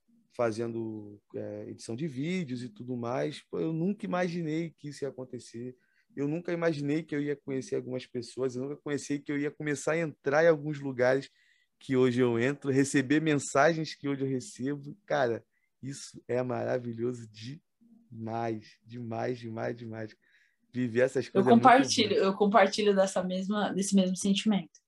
fazendo é, edição de vídeos e tudo mais. Pô, eu nunca imaginei que isso ia acontecer. Eu nunca imaginei que eu ia conhecer algumas pessoas. Eu nunca conheci que eu ia começar a entrar em alguns lugares que hoje eu entro, receber mensagens que hoje eu recebo. Cara, isso é maravilhoso demais, demais, demais, demais. Viver essas Eu coisas é muito bom. compartilho, eu compartilho dessa mesma, desse mesmo sentimento.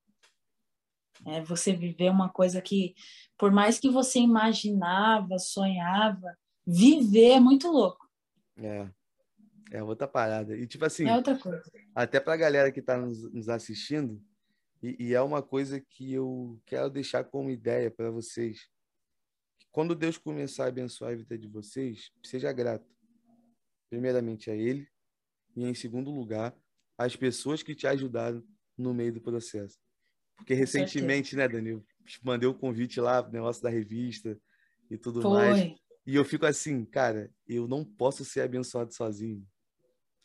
É você viver uma coisa que, por mais que você imaginava, sonhava, viver é muito louco. É, é outra parada. E tipo É assim, outra coisa. até pra galera que tá nos, nos assistindo, e, e é uma coisa que eu quero deixar como ideia para vocês. Quando Deus começar a abençoar a vida de vocês, seja grato, primeiramente a Ele, e em segundo lugar, às pessoas que te ajudaram no meio do processo. Porque Com certeza. recentemente, né, Danilo, mandei o convite lá, o negócio da revista e tudo mais. Foi. E eu fico assim, cara, eu não posso ser abençoado sozinho.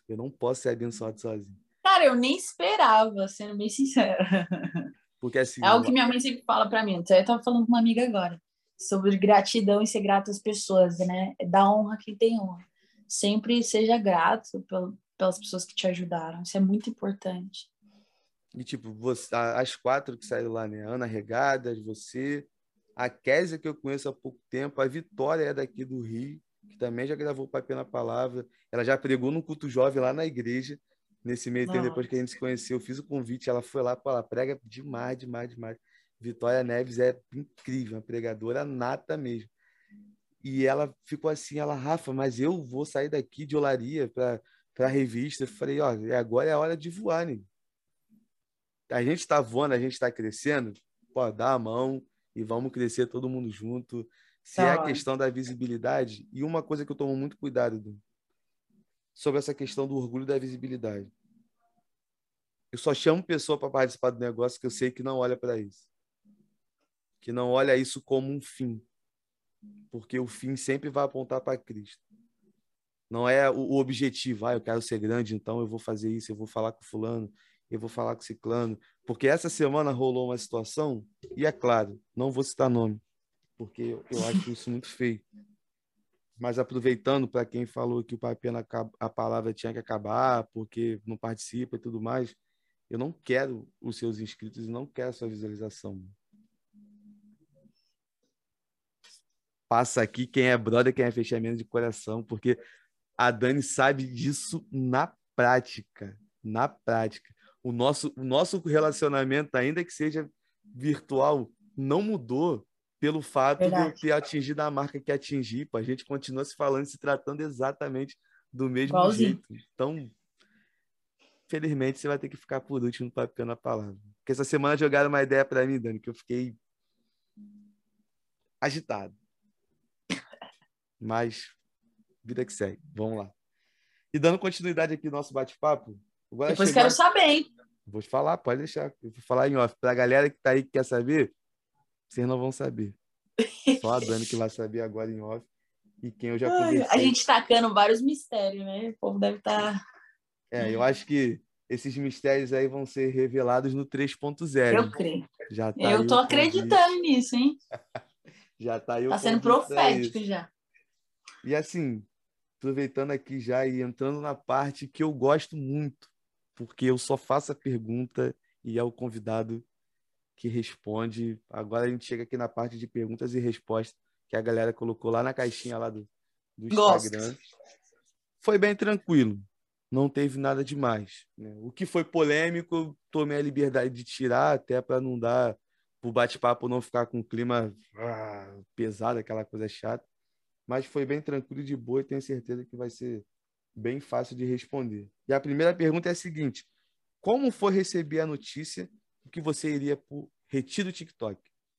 Eu não posso ser abençoado sozinho. Cara, eu nem esperava, sendo bem sincera. Porque assim, É algo que minha mãe sempre fala pra mim. Eu tava falando com uma amiga agora sobre gratidão e ser grato às pessoas, né? Dá honra a quem tem honra. Sempre seja grato pel- pelas pessoas que te ajudaram. Isso é muito importante. e tipo, você, a- as quatro que saíram lá, né? Ana Regadas, você, a Kézia, que eu conheço há pouco tempo, a Vitória é daqui do Rio, que também já gravou Papel na Palavra. Ela já pregou no culto jovem lá na igreja. Nesse meio tempo, Não. depois que a gente se conheceu, eu fiz o convite, ela foi lá, pô, ela prega demais, demais, demais. Vitória Neves é incrível, uma pregadora nata mesmo. E ela ficou assim, ela, Rafa, mas eu vou sair daqui de Olaria para para a revista. Eu falei, ó, agora é a hora de voar, né? A gente está voando, a gente está crescendo, pô, dá a mão e vamos crescer todo mundo junto. Se é a Da hora. questão da visibilidade, e uma coisa que eu tomo muito cuidado, Du, sobre essa questão do orgulho da visibilidade. Eu só chamo pessoa para participar do negócio que eu sei que não olha para isso, que não olha isso como um fim, porque o fim sempre vai apontar para Cristo. Não é o, o objetivo, ah, eu quero ser grande, então eu vou fazer isso, eu vou falar com fulano, eu vou falar com ciclano, porque essa semana rolou uma situação, e é claro, não vou citar nome, porque eu, eu acho isso muito feio. Mas aproveitando para quem falou que o papel na a palavra tinha que acabar, porque não participa e tudo mais, eu não quero os seus inscritos e não quero a sua visualização. Passa aqui quem é brother, quem é fechamento de coração, porque a Dani sabe disso na prática. Na prática. O nosso, o nosso relacionamento, ainda que seja virtual, não mudou pelo fato de eu Verdade. ter atingido a marca que atingi. Pô. A gente continua se falando e se tratando exatamente do mesmo Igualzinho. jeito. Então, felizmente, você vai ter que ficar por último no papel na palavra. Porque essa semana jogaram uma ideia para mim, Dani, que eu fiquei agitado. Mas, vida que segue. Vamos lá. E dando continuidade aqui no nosso bate-papo, agora Depois chegou quero a... saber, hein? Vou te falar, pode deixar. Eu vou falar em off. Pra galera que tá aí que quer saber, vocês não vão saber. Só a Dani que vai saber agora em off. E quem eu já Ai, a conversei. gente tacando vários mistérios, né? O povo deve estar. É, eu acho que esses mistérios aí vão ser revelados no três ponto Eu zero. creio. Já tá Eu aí tô o acreditando convite. nisso, hein? Já tá aí o Tá sendo convite para profético isso. já. E assim, aproveitando aqui já e entrando na parte que eu gosto muito, porque eu só faço a pergunta e é o convidado que responde. Agora a gente chega aqui na parte de perguntas e respostas que a galera colocou lá na caixinha lá do, do Gosto. Instagram. Foi bem tranquilo, não teve nada demais, né? O que foi polêmico, eu tomei a liberdade de tirar, até para não dar, o bate-papo não ficar com o clima ah, pesado, aquela coisa chata. Mas foi bem tranquilo e de boa e tenho certeza que vai ser bem fácil de responder. E a primeira pergunta é a seguinte: como foi receber a notícia de que você iria para o Retiro TikTok?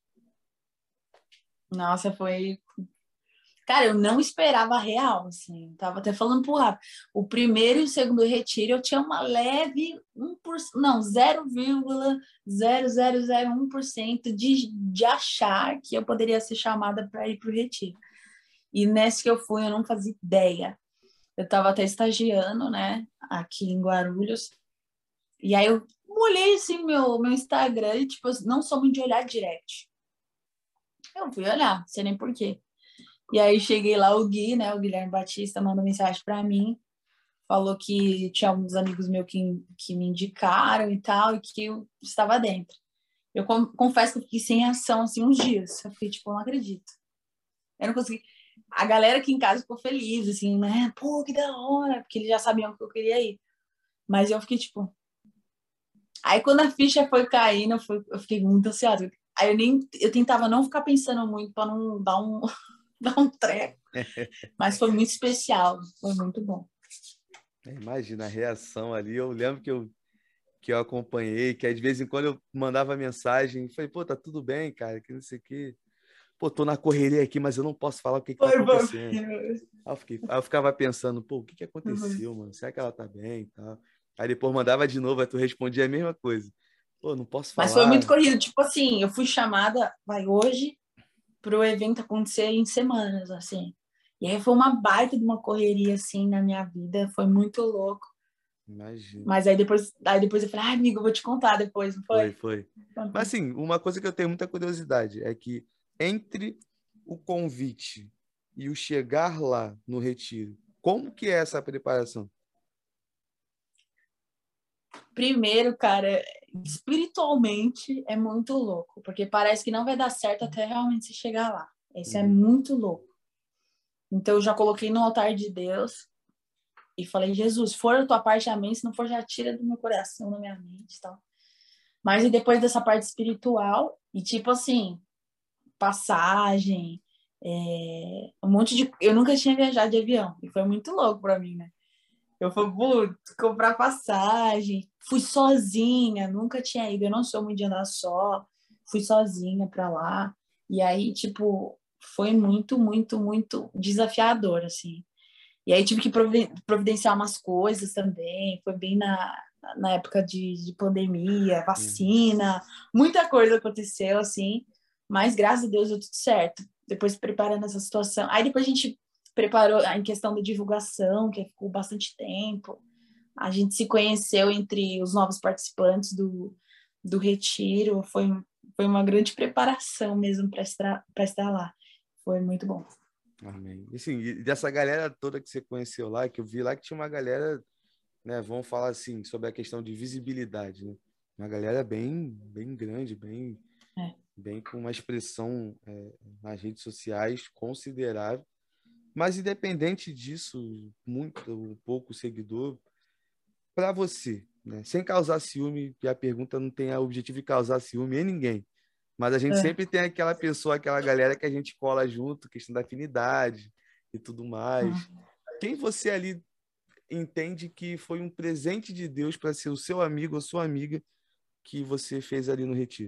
Nossa, foi. Cara, eu não esperava a real, assim. Tava até falando pro Rafa. O primeiro e o segundo retiro eu tinha uma leve um por cento, não, zero vírgula zero zero zero um por cento de, de achar que eu poderia ser chamada para ir pro retiro. E nesse que eu fui, eu não fazia ideia. Eu tava até estagiando, né, aqui em Guarulhos. E aí eu olhei assim meu, meu Instagram e, tipo, não sou muito de olhar direct. Eu fui olhar, não sei nem por quê. E aí cheguei lá, o Gui, né, o Guilherme Batista, mandou mensagem para mim, falou que tinha alguns amigos meus que, que me indicaram e tal, e que eu estava dentro. Eu confesso que eu fiquei sem ação, assim, uns dias. Eu fiquei, tipo, eu não acredito. Eu não consegui. A galera aqui em casa ficou feliz, assim, né? Pô, que da hora, porque eles já sabiam que eu queria ir. Mas eu fiquei, tipo... Aí, quando a ficha foi caindo, eu, fui, eu fiquei muito ansiosa. Aí, eu nem... Eu tentava não ficar pensando muito para não dar um, dar um treco. Mas foi muito especial, foi muito bom. Imagina a reação ali. Eu lembro que eu, que eu acompanhei, que de vez em quando eu mandava mensagem, falei, pô, tá tudo bem, cara, que não sei o quê. Pô, tô na correria aqui, mas eu não posso falar o que que tá Foi, foi. acontecendo. Aí eu, fiquei, aí eu ficava pensando, pô, o que que aconteceu, mano? Será que ela tá bem e tal? Aí depois mandava de novo, aí tu respondia a mesma coisa. Pô, não posso Mas foi muito falar. corrido. Tipo assim, eu fui chamada, vai hoje, para o evento acontecer em semanas, assim. E aí foi uma baita de uma correria, assim, na minha vida. Foi muito louco. Imagina. Mas aí depois, aí depois eu falei, ai, amigo, eu vou te contar depois, não Foi, foi? foi. Mas assim, uma coisa que eu tenho muita curiosidade é que entre o convite e o chegar lá no retiro, como que é essa preparação? Primeiro, cara, espiritualmente é muito louco, porque parece que não vai dar certo até realmente se chegar lá. Isso é Uhum. muito louco. Então eu já coloquei no altar de Deus e falei, Jesus, se for a tua parte, amém. Se não for, já tira do meu coração, da minha mente e tal. Mas e depois dessa parte espiritual, e tipo assim, passagem, é, um monte de. Eu nunca tinha viajado de avião, e foi muito louco pra mim, né? Eu fui, putz, comprar passagem, fui sozinha, nunca tinha ido, eu não sou muito de andar só, fui sozinha pra lá. E aí, tipo, foi muito, muito, muito desafiador, assim. E aí tive que providenciar umas coisas também, foi bem na, na época de, de pandemia, Uhum. vacina, muita coisa aconteceu, assim, mas graças a Deus deu tudo certo. Depois preparando essa situação. Aí depois a gente preparou em questão da divulgação, que ficou bastante tempo. A gente se conheceu entre os novos participantes do, do retiro, foi, foi uma grande preparação mesmo para estar, para estar lá. Foi muito bom. Amém. E, assim, e dessa galera toda que você conheceu lá, que eu vi lá que tinha uma galera, né, vamos falar assim, sobre a questão de visibilidade, né? Uma galera bem, bem grande, bem, É. bem com uma expressão é, nas redes sociais considerável. Mas independente disso, muito ou pouco seguidor, para você, né? Sem causar ciúme, que a pergunta não tem o objetivo de causar ciúme em ninguém. Mas a gente É. sempre tem aquela pessoa, aquela galera que a gente cola junto, questão da afinidade e tudo mais. Hum. Quem você ali entende que foi um presente de Deus para ser o seu amigo ou sua amiga que você fez ali no retiro?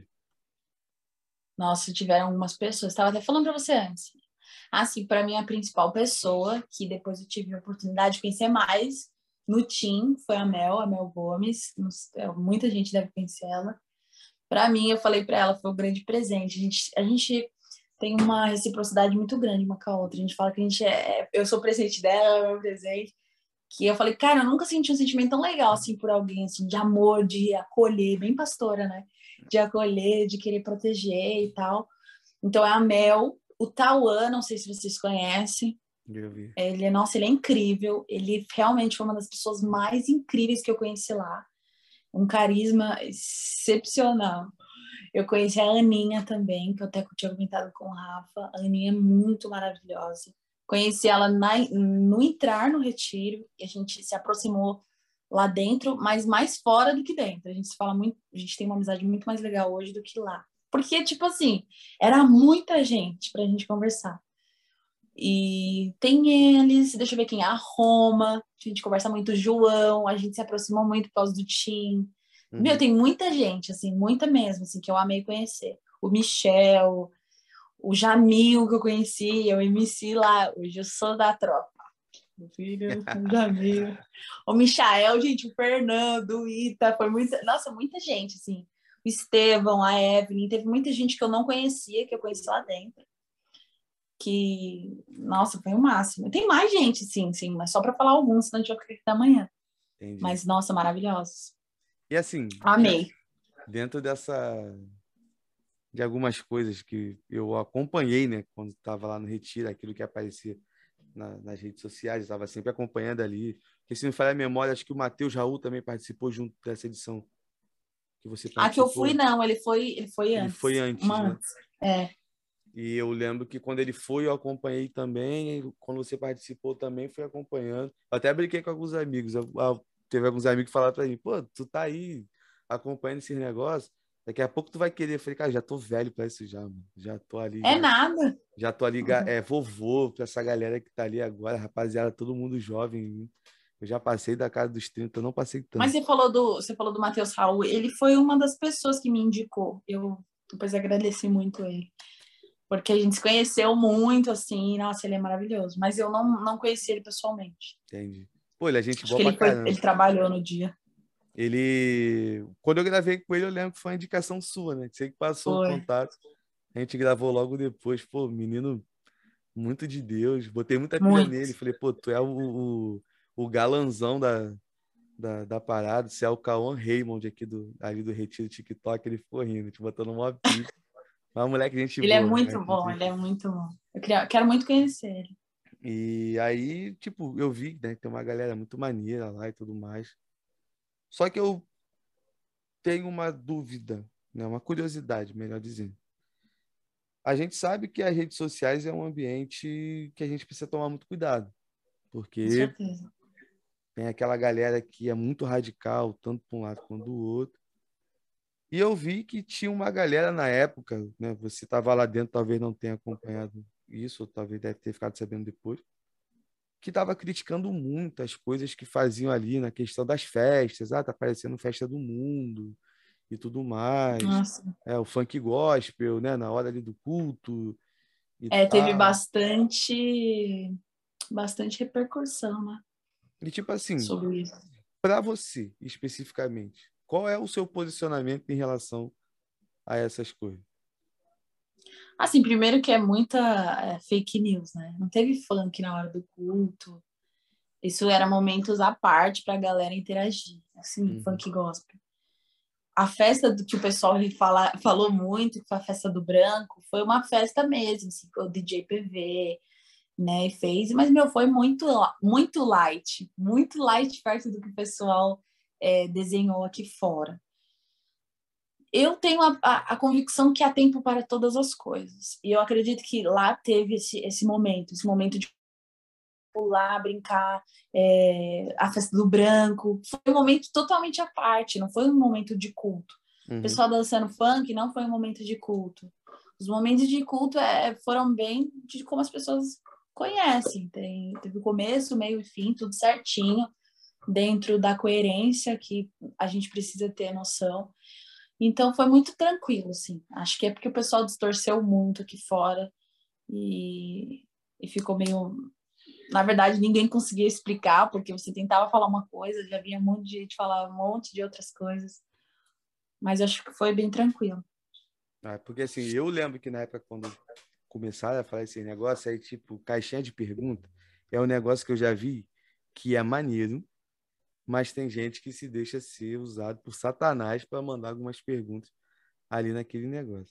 Nossa, tiveram algumas pessoas. Estava até falando para você antes. Assim, para mim, a principal pessoa que depois eu tive a oportunidade de conhecer mais no team foi a Mel, a Mel Gomes. Muita gente deve conhecer ela. Para mim, eu falei para ela, foi um grande presente. A gente, a gente tem uma reciprocidade muito grande uma com a outra. A gente fala que a gente é. Eu sou presente dela, ela é meu presente. Que eu falei, cara, eu nunca senti um sentimento tão legal assim por alguém, assim, de amor, de acolher, bem pastora, né? De acolher, de querer proteger e tal. Então é a Mel, o Tauan, não sei se vocês conhecem. Eu vi. Ele, nossa, ele é incrível. Ele realmente foi uma das pessoas mais incríveis que eu conheci lá. Um carisma excepcional. Eu conheci a Aninha também, que eu até tinha comentado com o Rafa. A Aninha é muito maravilhosa. Conheci ela na, no entrar no retiro e a gente se aproximou lá dentro, mas mais fora do que dentro. A gente se fala muito, a gente tem uma amizade muito mais legal hoje do que lá. Porque, tipo assim, era muita gente pra gente conversar. E tem eles, deixa eu ver quem é, a Roma, a gente conversa muito, o João, a gente se aproximou muito por causa do Tim. Meu, Uhum. tem muita gente, assim, muita mesmo, assim, que eu amei conhecer. O Michel, o Jamil, que eu conheci, eu M C lá, hoje eu sou da tropa. Meu filho, o Jamil. O Michael, gente, o Fernando, o Ita, foi muita, nossa, muita gente, assim. O Estevão, a Evelyn, teve muita gente que eu não conhecia, que eu conheci lá dentro. Que, nossa, foi o máximo. Tem mais gente, sim, sim, mas só para falar alguns, senão a gente vai ficar aqui da manhã. Entendi. Mas, nossa, maravilhosos. E assim, de- Amei. dentro dessa de algumas coisas que eu acompanhei, né, quando estava lá no retiro, aquilo que aparecia na- nas redes sociais, estava sempre acompanhando ali. Porque se não me falha a memória, acho que o Matheus Raul também participou junto dessa edição que você A que eu fui, participou. não, ele foi, ele foi Ele foi antes. antes, Uma né? antes. É. E eu lembro que quando ele foi, eu acompanhei também. E quando você participou também, fui acompanhando. Eu até brinquei com alguns amigos. Eu- eu- teve alguns amigos que falaram para mim: pô, tu tá aí acompanhando esses negócios. Daqui a pouco tu vai querer. Eu falei, cara, já tô velho para isso já, mano. Já tô ali, É já, nada. já tô ali, ga- é vovô para essa galera que tá ali agora, rapaziada, todo mundo jovem. Eu já passei da casa dos trinta, eu não passei Mas tanto. você falou do, você falou do Matheus Raul, ele foi uma das pessoas que me indicou. Eu depois agradeci muito ele. Porque a gente se conheceu muito, assim, nossa, ele é maravilhoso. Mas eu não, não conheci ele pessoalmente. Entende? Pô, ele é gente Acho boa que pra ele foi, ele caramba. trabalhou no dia. Ele. Quando eu gravei com ele, eu lembro que foi uma indicação sua, né? Você que passou o Foi. contato. A gente gravou logo depois. Pô, menino muito de Deus. Botei muita pilha nele. Muito. Falei, pô, tu é o, o, o galanzão da, da, da parada, se é o Cauã Raymond aqui do, ali do Retiro TikTok, ele ficou rindo, te botando uma pipa. Mas moleque, gente Ele é boa, muito moleque, bom, gente ele é boa. muito bom. Eu queria, quero muito conhecer ele. E aí, tipo, eu vi, né, que tem uma galera muito maneira lá e tudo mais. Só que eu tenho uma dúvida, né, uma curiosidade, melhor dizendo. A gente sabe que as redes sociais é um ambiente que a gente precisa tomar muito cuidado, Com porque certeza. tem aquela galera que é muito radical, tanto para um lado quanto do outro. E eu vi que tinha uma galera na época, né? Você estava lá dentro, talvez não tenha acompanhado isso, ou talvez deve ter ficado sabendo depois, que estava criticando muito as coisas que faziam ali na questão das festas. Ah, tá parecendo festa do mundo e tudo mais. Nossa. É, o funk gospel, né? Na hora ali do culto e É, teve tal. bastante, bastante repercussão, né, E tipo assim, sobre isso. para você especificamente, qual é o seu posicionamento em relação a essas coisas? Assim, primeiro que é muita é, fake news, né? Não teve funk na hora do culto. Isso era momentos à parte para a galera interagir, assim, Uhum, funk gospel. A festa do que o pessoal fala, falou muito, que foi a festa do branco, foi uma festa mesmo, assim, o D J P V, né, fez, mas, meu, foi muito, muito light, muito light perto do que o pessoal é, desenhou aqui fora. Eu tenho a, a, a convicção que há tempo para todas as coisas, e eu acredito que lá teve esse, esse momento, esse momento de pular, brincar, é, a festa do branco. Foi um momento totalmente à parte, não foi um momento de culto. O uhum, pessoal dançando funk não foi um momento de culto. Os momentos de culto é, foram bem de como as pessoas conhecem. Tem, teve o começo, meio e fim, tudo certinho, dentro da coerência que a gente precisa ter noção. Então foi muito tranquilo, assim. Acho que é porque o pessoal distorceu muito aqui fora e, e ficou meio, na verdade, ninguém conseguia explicar, porque você tentava falar uma coisa, já vinha um monte de gente falar um monte de outras coisas. Mas acho que foi bem tranquilo. ah, porque assim, eu lembro que na época, quando começaram a falar esse negócio, aí, tipo, caixinha de pergunta, é um negócio que eu já vi que é maneiro, mas tem gente que se deixa ser usado por Satanás para mandar algumas perguntas ali naquele negócio.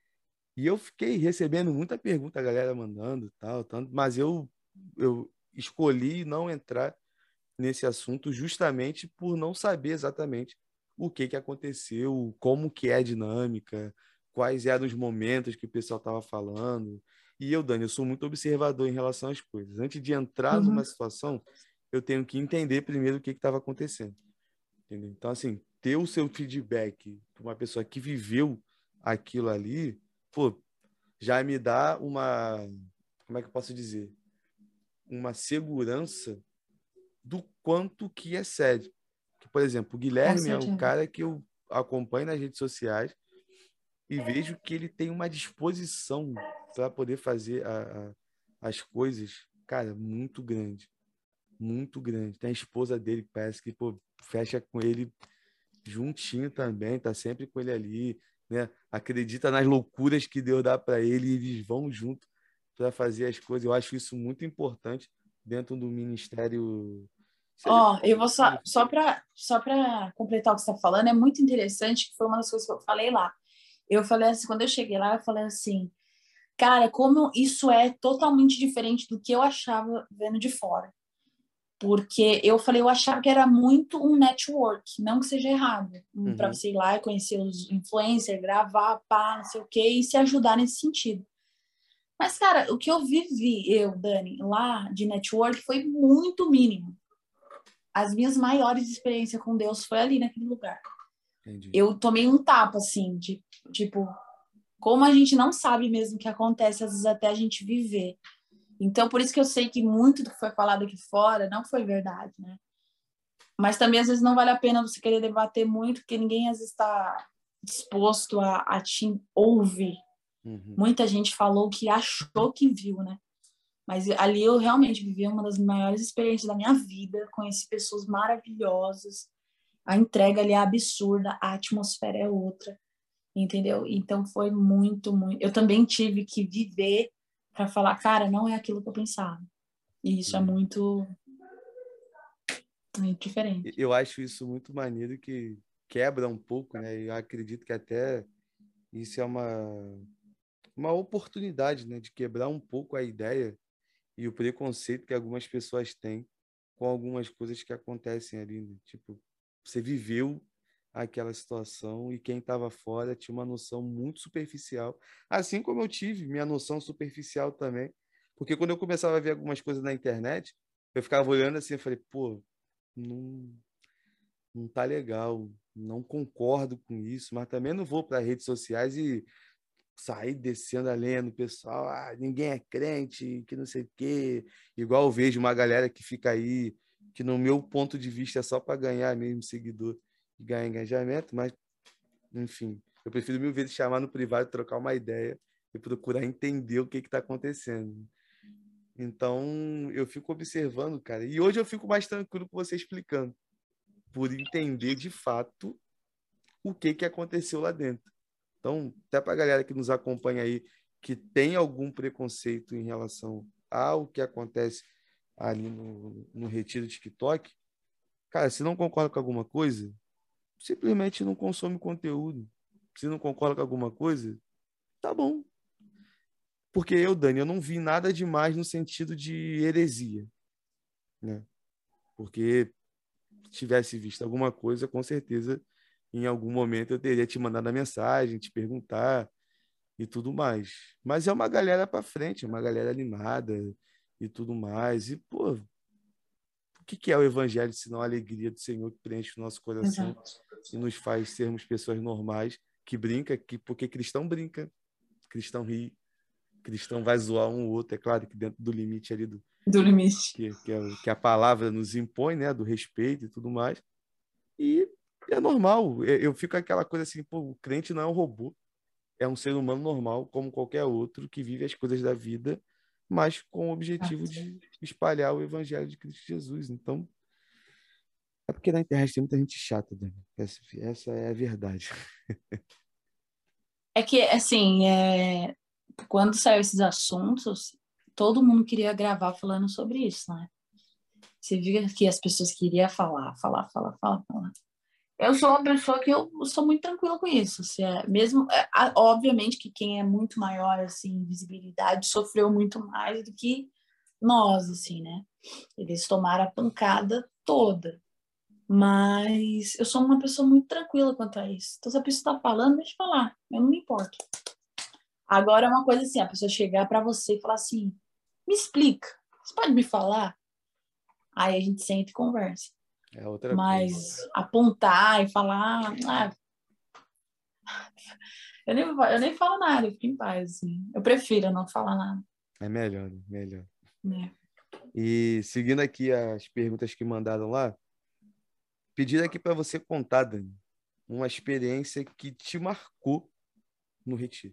E eu fiquei recebendo muita pergunta, a galera mandando, tal, tanto, mas eu, eu escolhi não entrar nesse assunto justamente por não saber exatamente o que que aconteceu, como que é a dinâmica, quais eram os momentos que o pessoal estava falando. E eu, Dani, eu sou muito observador em relação às coisas. Antes de entrar numa Uhum. situação, eu tenho que entender primeiro o que estava acontecendo. Entendeu? Então, assim, ter o seu feedback para uma pessoa que viveu aquilo ali, pô, já me dá uma, como é que eu posso dizer? Uma segurança do quanto que é sério. Que, por exemplo, o Com Guilherme é o certeza. cara que eu acompanho nas redes sociais e vejo que ele tem uma disposição para poder fazer a, a, as coisas, cara, muito grande. Muito grande. Tem a esposa dele que parece que pô, fecha com ele juntinho também, tá sempre com ele ali, né? Acredita nas loucuras que Deus dá para ele e eles vão junto para fazer as coisas. Eu acho isso muito importante dentro do ministério, seja Ó, qual eu vou só, for. só para só para completar o que você está falando, é muito interessante, que foi uma das coisas que eu falei lá. Eu falei assim, quando eu cheguei lá, eu falei assim, cara, como isso é totalmente diferente do que eu achava vendo de fora. Porque eu falei, eu achava que era muito um network, não que seja errado, um, para Uhum, você ir lá e conhecer os influencers, gravar, pá, não sei o quê, e se ajudar nesse sentido. Mas, cara, o que eu vivi, eu, Dani, lá de network foi muito mínimo. As minhas maiores experiências com Deus foi ali naquele lugar. entendi. Eu tomei um tapa, assim, de tipo, como a gente não sabe mesmo o que acontece, às vezes até a gente viver. Então, por isso que eu sei que muito do que foi falado aqui fora não foi verdade, né? Mas também, às vezes, não vale a pena você querer debater muito, porque ninguém, às vezes, está disposto a, a te ouvir. Uhum, Muita gente falou que achou que viu, né? Mas ali eu realmente vivi uma das maiores experiências da minha vida, conheci pessoas maravilhosas, a entrega ali é absurda, a atmosfera é outra, entendeu? Então foi muito, muito. Eu também tive que viver para falar, cara, não é aquilo que eu pensava. E isso é uhum. muito É diferente. Eu acho isso muito maneiro, que quebra um pouco, né? Eu acredito que até isso é uma, uma oportunidade, né? De quebrar um pouco a ideia e o preconceito que algumas pessoas têm com algumas coisas que acontecem ali, né? Tipo, você viveu aquela situação e quem estava fora tinha uma noção muito superficial, assim como eu tive minha noção superficial também, porque quando eu começava a ver algumas coisas na internet, eu ficava olhando assim, eu falei, pô, não, não tá legal, não concordo com isso, mas também não vou para redes sociais e sair descendo a lenha no pessoal, ah, ninguém é crente, que não sei o quê. Igual eu vejo uma galera que fica aí, que no meu ponto de vista é só para ganhar mesmo seguidor e ganhar engajamento, mas, enfim, eu prefiro mil vezes chamar no privado, trocar uma ideia e procurar entender o que está acontecendo. Então, eu fico observando, cara, e hoje eu fico mais tranquilo com você explicando, por entender de fato o que, que aconteceu lá dentro. Então, até para a galera que nos acompanha aí, que tem algum preconceito em relação ao que acontece ali no, no Retiro TikTok, cara, se não concorda com alguma coisa, simplesmente não consome conteúdo. Se não concorda com alguma coisa, tá bom. Porque eu, Dani, eu não vi nada demais no sentido de heresia, né? Porque se tivesse visto alguma coisa, com certeza, em algum momento eu teria te mandado a mensagem, te perguntar, e tudo mais. Mas é uma galera para frente, é uma galera animada e tudo mais. E, pô, o que que é o evangelho se não a alegria do Senhor que preenche o nosso coração Exato. e nos faz sermos pessoas normais, que brinca, que, porque cristão brinca, cristão ri, cristão vai zoar um ou outro, é claro que dentro do limite ali do Do limite. que, que, é, que a palavra nos impõe, né, do respeito e tudo mais. E é normal, eu, eu fico com aquela coisa assim, pô, o crente não é um robô, é um ser humano normal, como qualquer outro, que vive as coisas da vida, mas com o objetivo de espalhar o evangelho de Cristo Jesus. Então, é porque na internet tem muita gente chata, Dani. Essa, essa é a verdade. É que, assim, é... quando saiu esses assuntos, todo mundo queria gravar falando sobre isso, né? Você via que as pessoas queriam falar, falar, falar, falar, falar. Eu sou uma pessoa que eu sou muito tranquila com isso. Se é, mesmo, é, obviamente que quem é muito maior, assim, visibilidade, sofreu muito mais do que nós, assim, né? Eles tomaram a pancada toda. Mas eu sou uma pessoa muito tranquila quanto a isso. Então, se a pessoa está falando, deixa eu falar. Eu não me importo. Agora, é uma coisa assim, a pessoa chegar para você e falar assim, me explica. Você pode me falar? Aí a gente senta e conversa. É outra coisa. Mas apontar e falar... Ah, eu, nem, eu nem falo nada, eu fico em paz. Assim. Eu prefiro não falar nada. É melhor, né? Melhor. Né? E seguindo aqui as perguntas que mandaram lá, pedir aqui para você contar, Dani, uma experiência que te marcou no Retiro.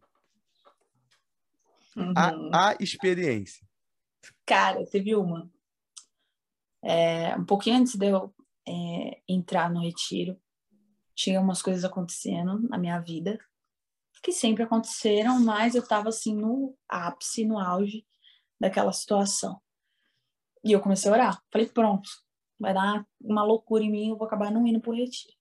A, Uhum. a experiência. Cara, teve uma. É, um pouquinho antes de eu é, entrar no retiro, tinha umas coisas acontecendo na minha vida, que sempre aconteceram, mas eu estava assim no ápice, no auge daquela situação. E eu comecei a orar. Falei, pronto, vai dar uma loucura em mim, eu vou acabar não indo pro retiro.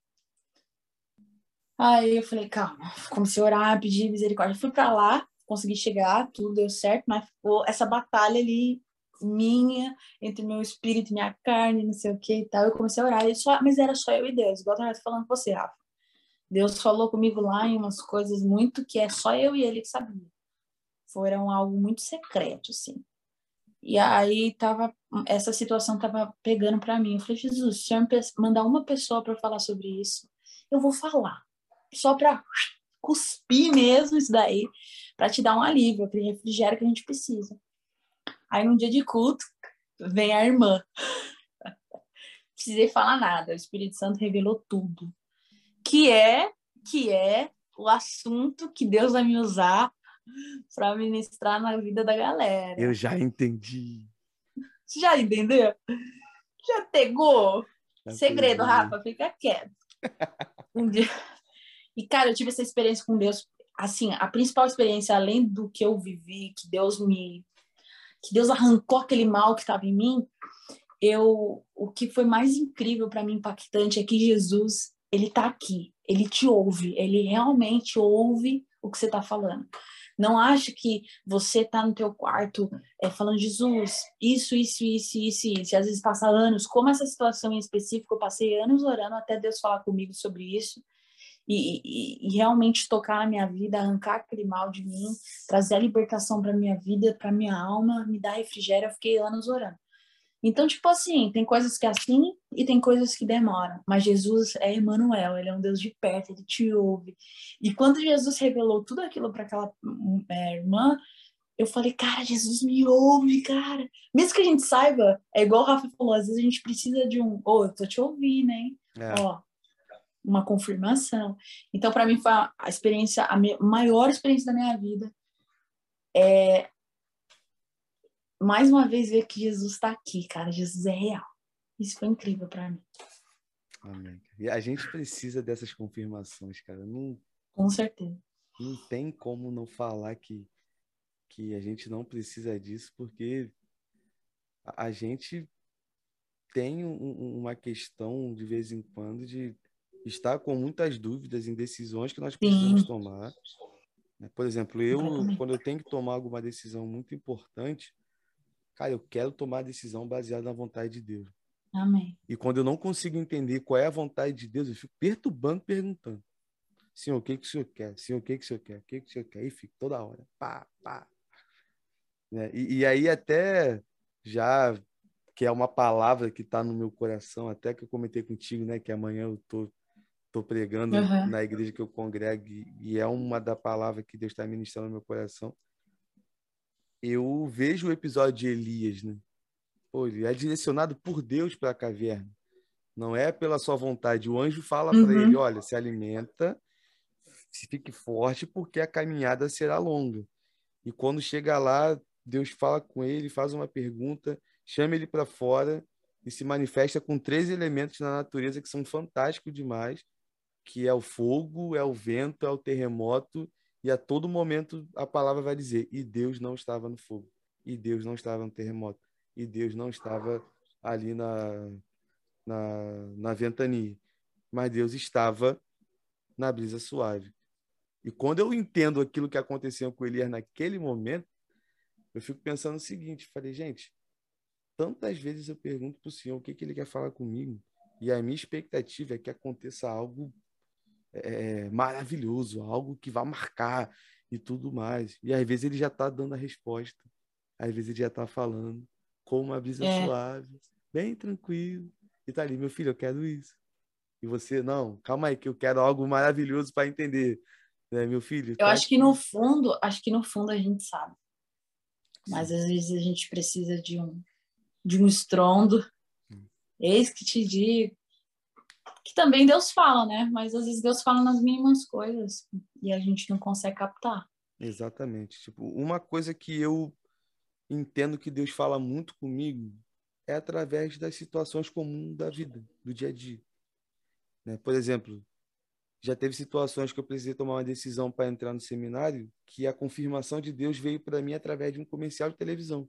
Aí eu falei, calma, comecei a orar, pedir misericórdia. Fui para lá, consegui chegar, tudo deu certo, mas ficou essa batalha ali minha, entre meu espírito e minha carne, não sei o que e tal. Eu comecei a orar, e só, mas era só eu e Deus, igual eu estava falando com você, Rafa. Deus falou comigo lá em umas coisas muito que é só eu e ele que sabia. Foram algo muito secreto, assim. E aí tava, essa situação tava pegando para mim. Eu falei, Jesus, se eu mandar uma pessoa para falar sobre isso, eu vou falar. Só para cuspir mesmo isso daí, para te dar um alívio, aquele refrigério que a gente precisa. Aí, num dia de culto, vem a irmã. Precisei falar nada, o Espírito Santo revelou tudo. Que é, que é o assunto que Deus vai me usar para ministrar na vida da galera. Eu já entendi. Você já entendeu? Já pegou? Já Segredo, peguei. Rafa, fica quieto. Um dia... E, cara, eu tive essa experiência com Deus. Assim, a principal experiência, além do que eu vivi, que Deus me... que Deus arrancou aquele mal que estava em mim, eu, o que foi mais incrível para mim, impactante, é que Jesus, ele está aqui, ele te ouve, ele realmente ouve o que você está falando. Não acha que você está no teu quarto é, falando, Jesus, isso, isso, isso, isso, isso. E às vezes passa anos, como essa situação em específico, eu passei anos orando até Deus falar comigo sobre isso. E, e, e realmente tocar na minha vida, arrancar aquele mal de mim, trazer a libertação para minha vida, para minha alma, me dar refrigério. Eu fiquei anos orando. Então, tipo assim, tem coisas que é assim e tem coisas que demoram. Mas Jesus é Emmanuel, ele é um Deus de perto, ele te ouve. E quando Jesus revelou tudo aquilo para aquela é, irmã, eu falei, cara, Jesus me ouve, cara. Mesmo que a gente saiba, é igual o Rafa falou, às vezes a gente precisa de um, ô, oh, eu tô te ouvindo, hein? É. Ó, uma confirmação. Então, para mim, foi a experiência, a maior experiência da minha vida. É, mais uma vez, ver que Jesus está aqui, cara. Jesus é real. Isso foi incrível para mim. Amém. E a gente precisa dessas confirmações, cara. Não, Com certeza. Não tem como não falar que, que a gente não precisa disso, porque a, a gente tem um, uma questão, de vez em quando, de estar com muitas dúvidas em decisões que nós precisamos Sim. tomar. Por exemplo, eu, quando eu tenho que tomar alguma decisão muito importante, cara, eu quero tomar a decisão baseada na vontade de Deus. Amém. E quando eu não consigo entender qual é a vontade de Deus, eu fico perturbando, perguntando. Senhor, o que, que o Senhor quer? Senhor, o que, que o Senhor quer? O que, que o Senhor quer? E fico toda hora. Pá, pá. Né? E, e aí até já, que é uma palavra que está no meu coração, até que eu comentei contigo, né? Que amanhã eu tô, tô pregando uhum. na igreja que eu congrego, e é uma da palavra que Deus está ministrando no meu coração. Eu vejo o episódio de Elias, né? Pô, ele é direcionado por Deus para a caverna. Não é pela sua vontade. O anjo fala Uhum. para ele, olha, se alimenta, se fique forte, porque a caminhada será longa. E quando chega lá, Deus fala com ele, faz uma pergunta, chama ele para fora e se manifesta com três elementos na natureza que são fantásticos demais, que é o fogo, é o vento, é o terremoto, e a todo momento a palavra vai dizer, e Deus não estava no fogo, e Deus não estava no terremoto, e Deus não estava ali na, na, na ventania, mas Deus estava na brisa suave. E quando eu entendo aquilo que aconteceu com Elias naquele momento, eu fico pensando o seguinte, falei, gente, tantas vezes eu pergunto para o Senhor o que, que Ele quer falar comigo, e a minha expectativa é que aconteça algo é, maravilhoso, algo que vai marcar e tudo mais. E às vezes Ele já está dando a resposta, às vezes Ele já está falando com uma brisa É. suave, bem tranquilo, e tá ali, meu filho, eu quero isso. E você, não, calma aí, que eu quero algo maravilhoso para entender. Né, meu filho, Eu tá acho aqui. que no fundo, acho que no fundo a gente sabe. Mas Sim. às vezes a gente precisa de um, de um estrondo. Hum. Eis que te digo. Que também Deus fala, né? Mas às vezes Deus fala nas mínimas coisas e a gente não consegue captar. Exatamente. Tipo, uma coisa que eu entendo que Deus fala muito comigo é através das situações comuns da vida, do dia a dia. Né? Por exemplo, já teve situações que eu precisei tomar uma decisão para entrar no seminário que a confirmação de Deus veio para mim através de um comercial de televisão.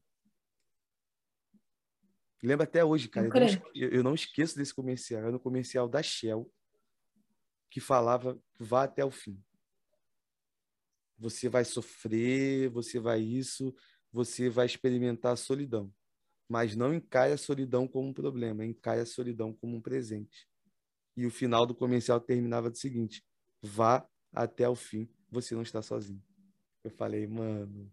Lembro até hoje, cara, eu não, eu não esqueço desse comercial. Era no comercial da Shell que falava vá até o fim. Você vai sofrer, você vai isso, você vai experimentar a solidão. Mas não encare a solidão como um problema, encare a solidão como um presente. E o final do comercial terminava do seguinte: vá até o fim, você não está sozinho. Eu falei, mano.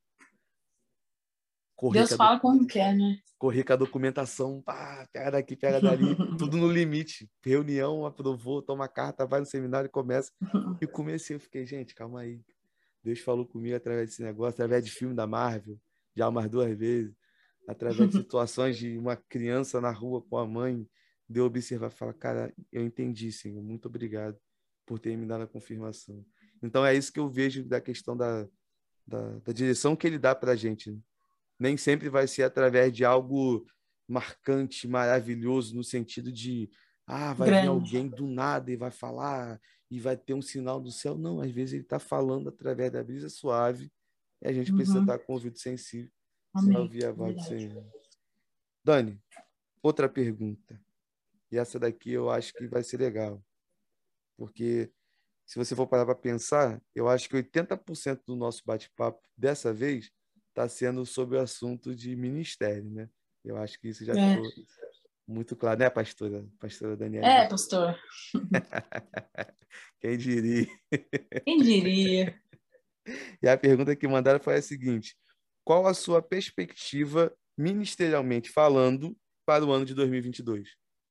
Deus fala doc... como quer, né? Correr com a documentação, pá, pega daqui, pega dali, tudo no limite. Reunião, aprovou, toma carta, vai no seminário e começa. E comecei, eu fiquei, gente, calma aí. Deus falou comigo através desse negócio, através de filme da Marvel, já umas duas vezes, através de situações de uma criança na rua com a mãe, de eu observar e falar, cara, eu entendi, Senhor, muito obrigado por ter me dado a confirmação. Então é isso que eu vejo da questão da, da, da direção que ele dá para a gente. Né? Nem sempre vai ser através de algo marcante, maravilhoso, no sentido de, ah, vai Grande. vir alguém do nada e vai falar, e vai ter um sinal do céu. Não, às vezes ele está falando através da brisa suave, e a gente uhum. precisa estar com o ouvido sensível para ouvir a voz do Senhor. Dani, outra pergunta. E essa daqui eu acho que vai ser legal. Porque se você for parar para pensar, eu acho que oitenta por cento do nosso bate-papo dessa vez está sendo sobre o assunto de ministério, né? Eu acho que isso já É, ficou muito claro, né, pastora? Pastora Daniela é, Batista. pastor. Quem diria? Quem diria? E a pergunta que mandaram foi a seguinte: qual a sua perspectiva, ministerialmente falando, para o ano de dois mil e vinte e dois?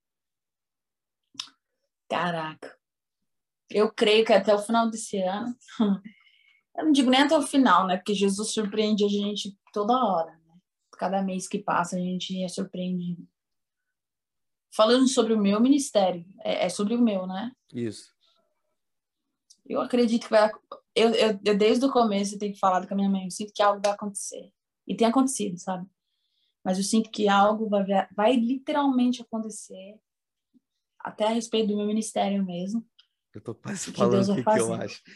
Caraca. Eu creio que até o final desse ano, eu não digo nem até o final, né? Porque Jesus surpreende a gente toda hora, né? Cada mês que passa, a gente é surpreendido. Falando sobre o meu ministério, é, é sobre o meu, né? Isso. Eu acredito que vai. Eu, eu, eu, desde o começo, eu tenho falado com a minha mãe, eu sinto que algo vai acontecer. E tem acontecido, sabe? Mas eu sinto que algo vai, vai literalmente acontecer, até a respeito do meu ministério mesmo, Eu tô quase que falando Deus o vai que, que eu fazer. acho.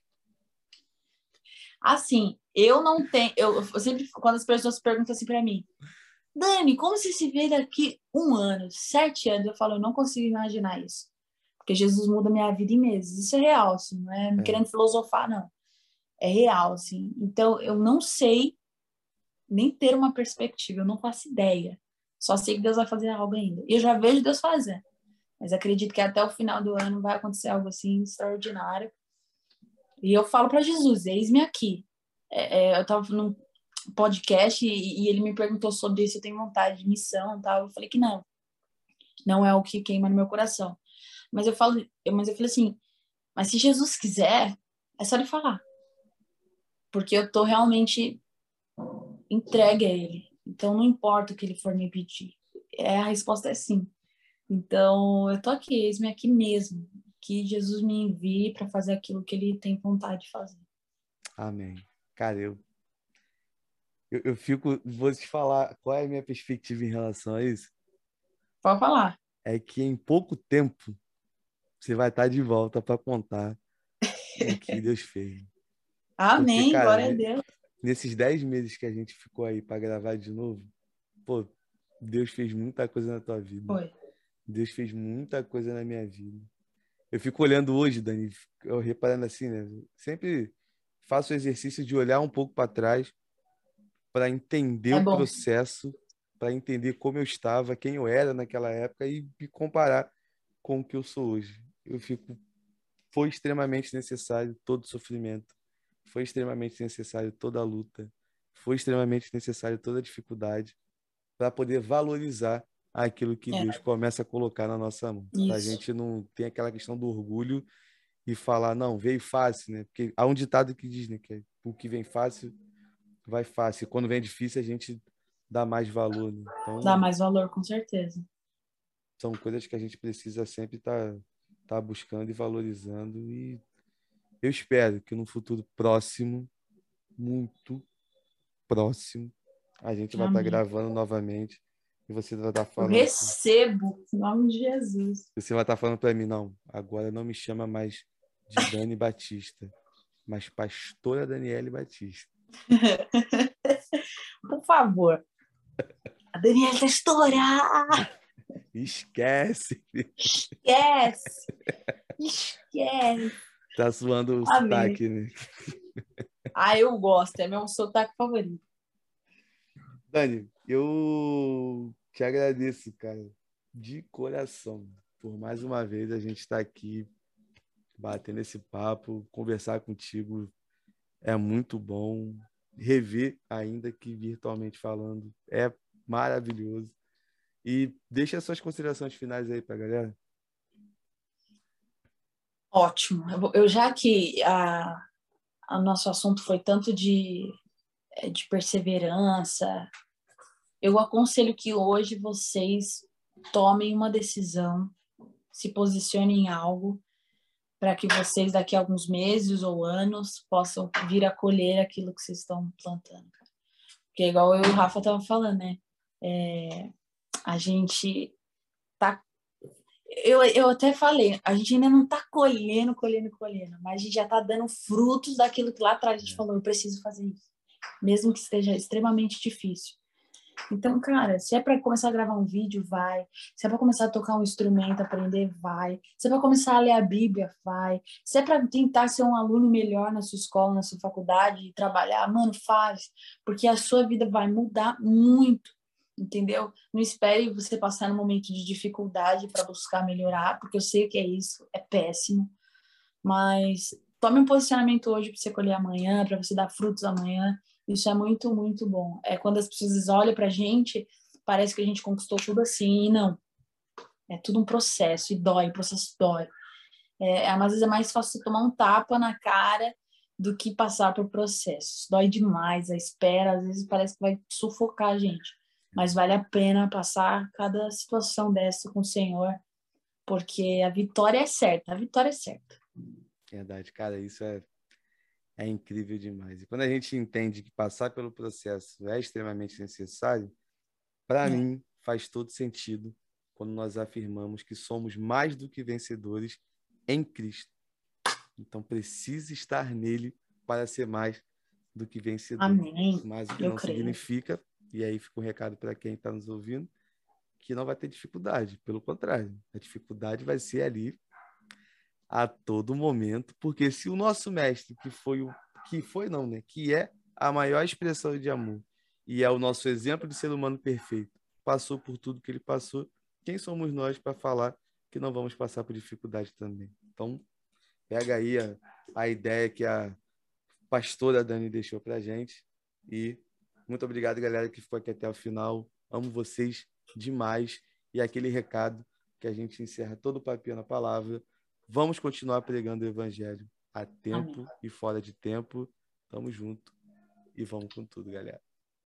Assim, eu não tenho. Eu, eu sempre, quando as pessoas perguntam assim para mim, Dani, como você se vê daqui um ano, sete anos? Eu falo, eu não consigo imaginar isso. Porque Jesus muda minha vida em meses. Isso é real, assim, não é me É, querendo filosofar, não. É real, assim. Então, eu não sei nem ter uma perspectiva, eu não faço ideia. Só sei que Deus vai fazer algo ainda. E eu já vejo Deus fazer. Mas acredito que até o final do ano vai acontecer algo assim extraordinário. E eu falo para Jesus, eis-me aqui. É, é, eu estava num podcast e, e ele me perguntou sobre se eu tenho vontade de missão e tal. Eu falei que não. Não é o que queima no meu coração. Mas eu falo, eu, mas eu falei assim, mas se Jesus quiser, é só ele falar. Porque eu tô realmente entregue a ele. Então não importa o que ele for me pedir. É, a resposta é sim. Então eu tô aqui, eis-me aqui mesmo. Que Jesus me envie para fazer aquilo que ele tem vontade de fazer. amém. Cara, eu, eu, eu fico. Vou te falar qual é a minha perspectiva em relação a isso. Pode falar. É que em pouco tempo você vai estar de volta para contar o que Deus fez. Porque, Amém, cara, glória a ne- Deus. nesses dez meses que a gente ficou aí para gravar de novo, pô, Deus fez muita coisa na tua vida. Foi. Deus fez muita coisa na minha vida. Eu fico olhando hoje, Dani, eu reparando assim, né? Sempre faço o exercício de olhar um pouco para trás para entender É o bom. processo, para entender como eu estava, quem eu era naquela época e me comparar com o que eu sou hoje. Eu fico, foi extremamente necessário todo o sofrimento, foi extremamente necessário toda a luta, foi extremamente necessário toda a dificuldade para poder valorizar aquilo que É, Deus começa a colocar na nossa mão. Para a isso. gente não ter aquela questão do orgulho e falar, não, veio fácil, né? Porque há um ditado que diz, né, que o que vem fácil vai fácil. Quando vem difícil, a gente dá mais valor, né? Dá Então, mais valor, com certeza. são coisas que a gente precisa sempre estar tá, tá buscando e valorizando. E eu espero que no futuro próximo, muito próximo, a gente vai estar Amém. gravando novamente e você vai estar Eu falando, recebo, em nome de Jesus. você vai estar falando para mim, não, agora não me chama mais de Dani Batista, mas Pastora Daniele Batista. Por favor. A Daniela tá estourada. Esquece, Esquece. Esquece. tá suando o Amém. sotaque, né? Ah, eu gosto. É meu sotaque favorito. Dani, eu te agradeço, cara, de coração, por mais uma vez a gente estar aqui batendo esse papo, conversar contigo é muito bom, rever ainda que virtualmente falando é maravilhoso. E deixa as suas considerações finais aí pra galera. Ótimo. Eu, vou- eu já que a, a nosso assunto foi tanto de, eh, de perseverança, eu aconselho que hoje vocês tomem uma decisão, se posicionem em algo para que vocês daqui a alguns meses ou anos possam vir a colher aquilo que vocês estão plantando. Porque igual eu e o Rafa tava falando, né? É, a gente tá eu, eu até falei, a gente ainda não tá colhendo, colhendo, colhendo, mas a gente já tá dando frutos daquilo que lá atrás a gente falou, eu preciso fazer isso, mesmo que esteja extremamente difícil. Então, cara, se é para começar a gravar um vídeo, vai. Se é para começar a tocar um instrumento, aprender, vai. Se é para começar a ler a Bíblia, vai. Se é para tentar ser um aluno melhor na sua escola, na sua faculdade e trabalhar, mano, faz. Porque a sua vida vai mudar muito, entendeu? Não espere você passar num momento de dificuldade para buscar melhorar, porque eu sei que é isso, é péssimo. Mas tome um posicionamento hoje para você colher amanhã, para você dar frutos amanhã. Isso é muito, muito bom. É quando as pessoas olham para a gente, parece que a gente conquistou tudo assim, e não. É tudo um processo, e dói, o processo dói. É, às vezes é mais fácil você tomar um tapa na cara do que passar por processos. Dói demais, a espera, às vezes parece que vai sufocar a gente. Mas vale a pena passar cada situação dessa com o Senhor, porque a vitória é certa, a vitória é certa. Verdade, cara, isso é, é incrível demais. E quando a gente entende que passar pelo processo é extremamente necessário, para É. mim faz todo sentido quando nós afirmamos que somos mais do que vencedores em Cristo. Então precisa estar nele para ser mais do que vencedor. Amém. Mas o que Eu não creio. significa, e aí fica um recado para quem está nos ouvindo, que não vai ter dificuldade. Pelo contrário, a dificuldade vai ser ali a todo momento, porque se o nosso mestre, que foi o que foi não, né, que é a maior expressão de amor e é o nosso exemplo de ser humano perfeito, passou por tudo que ele passou, quem somos nós para falar que não vamos passar por dificuldade também? Então, pega aí a, a ideia que a pastora Dani deixou para a gente e muito obrigado, galera, que ficou aqui até o final. Amo vocês demais. E aquele recado que a gente encerra todo o papinho na palavra. Vamos continuar pregando o evangelho a tempo Amém. e fora de tempo. Tamo junto e vamos com tudo, galera.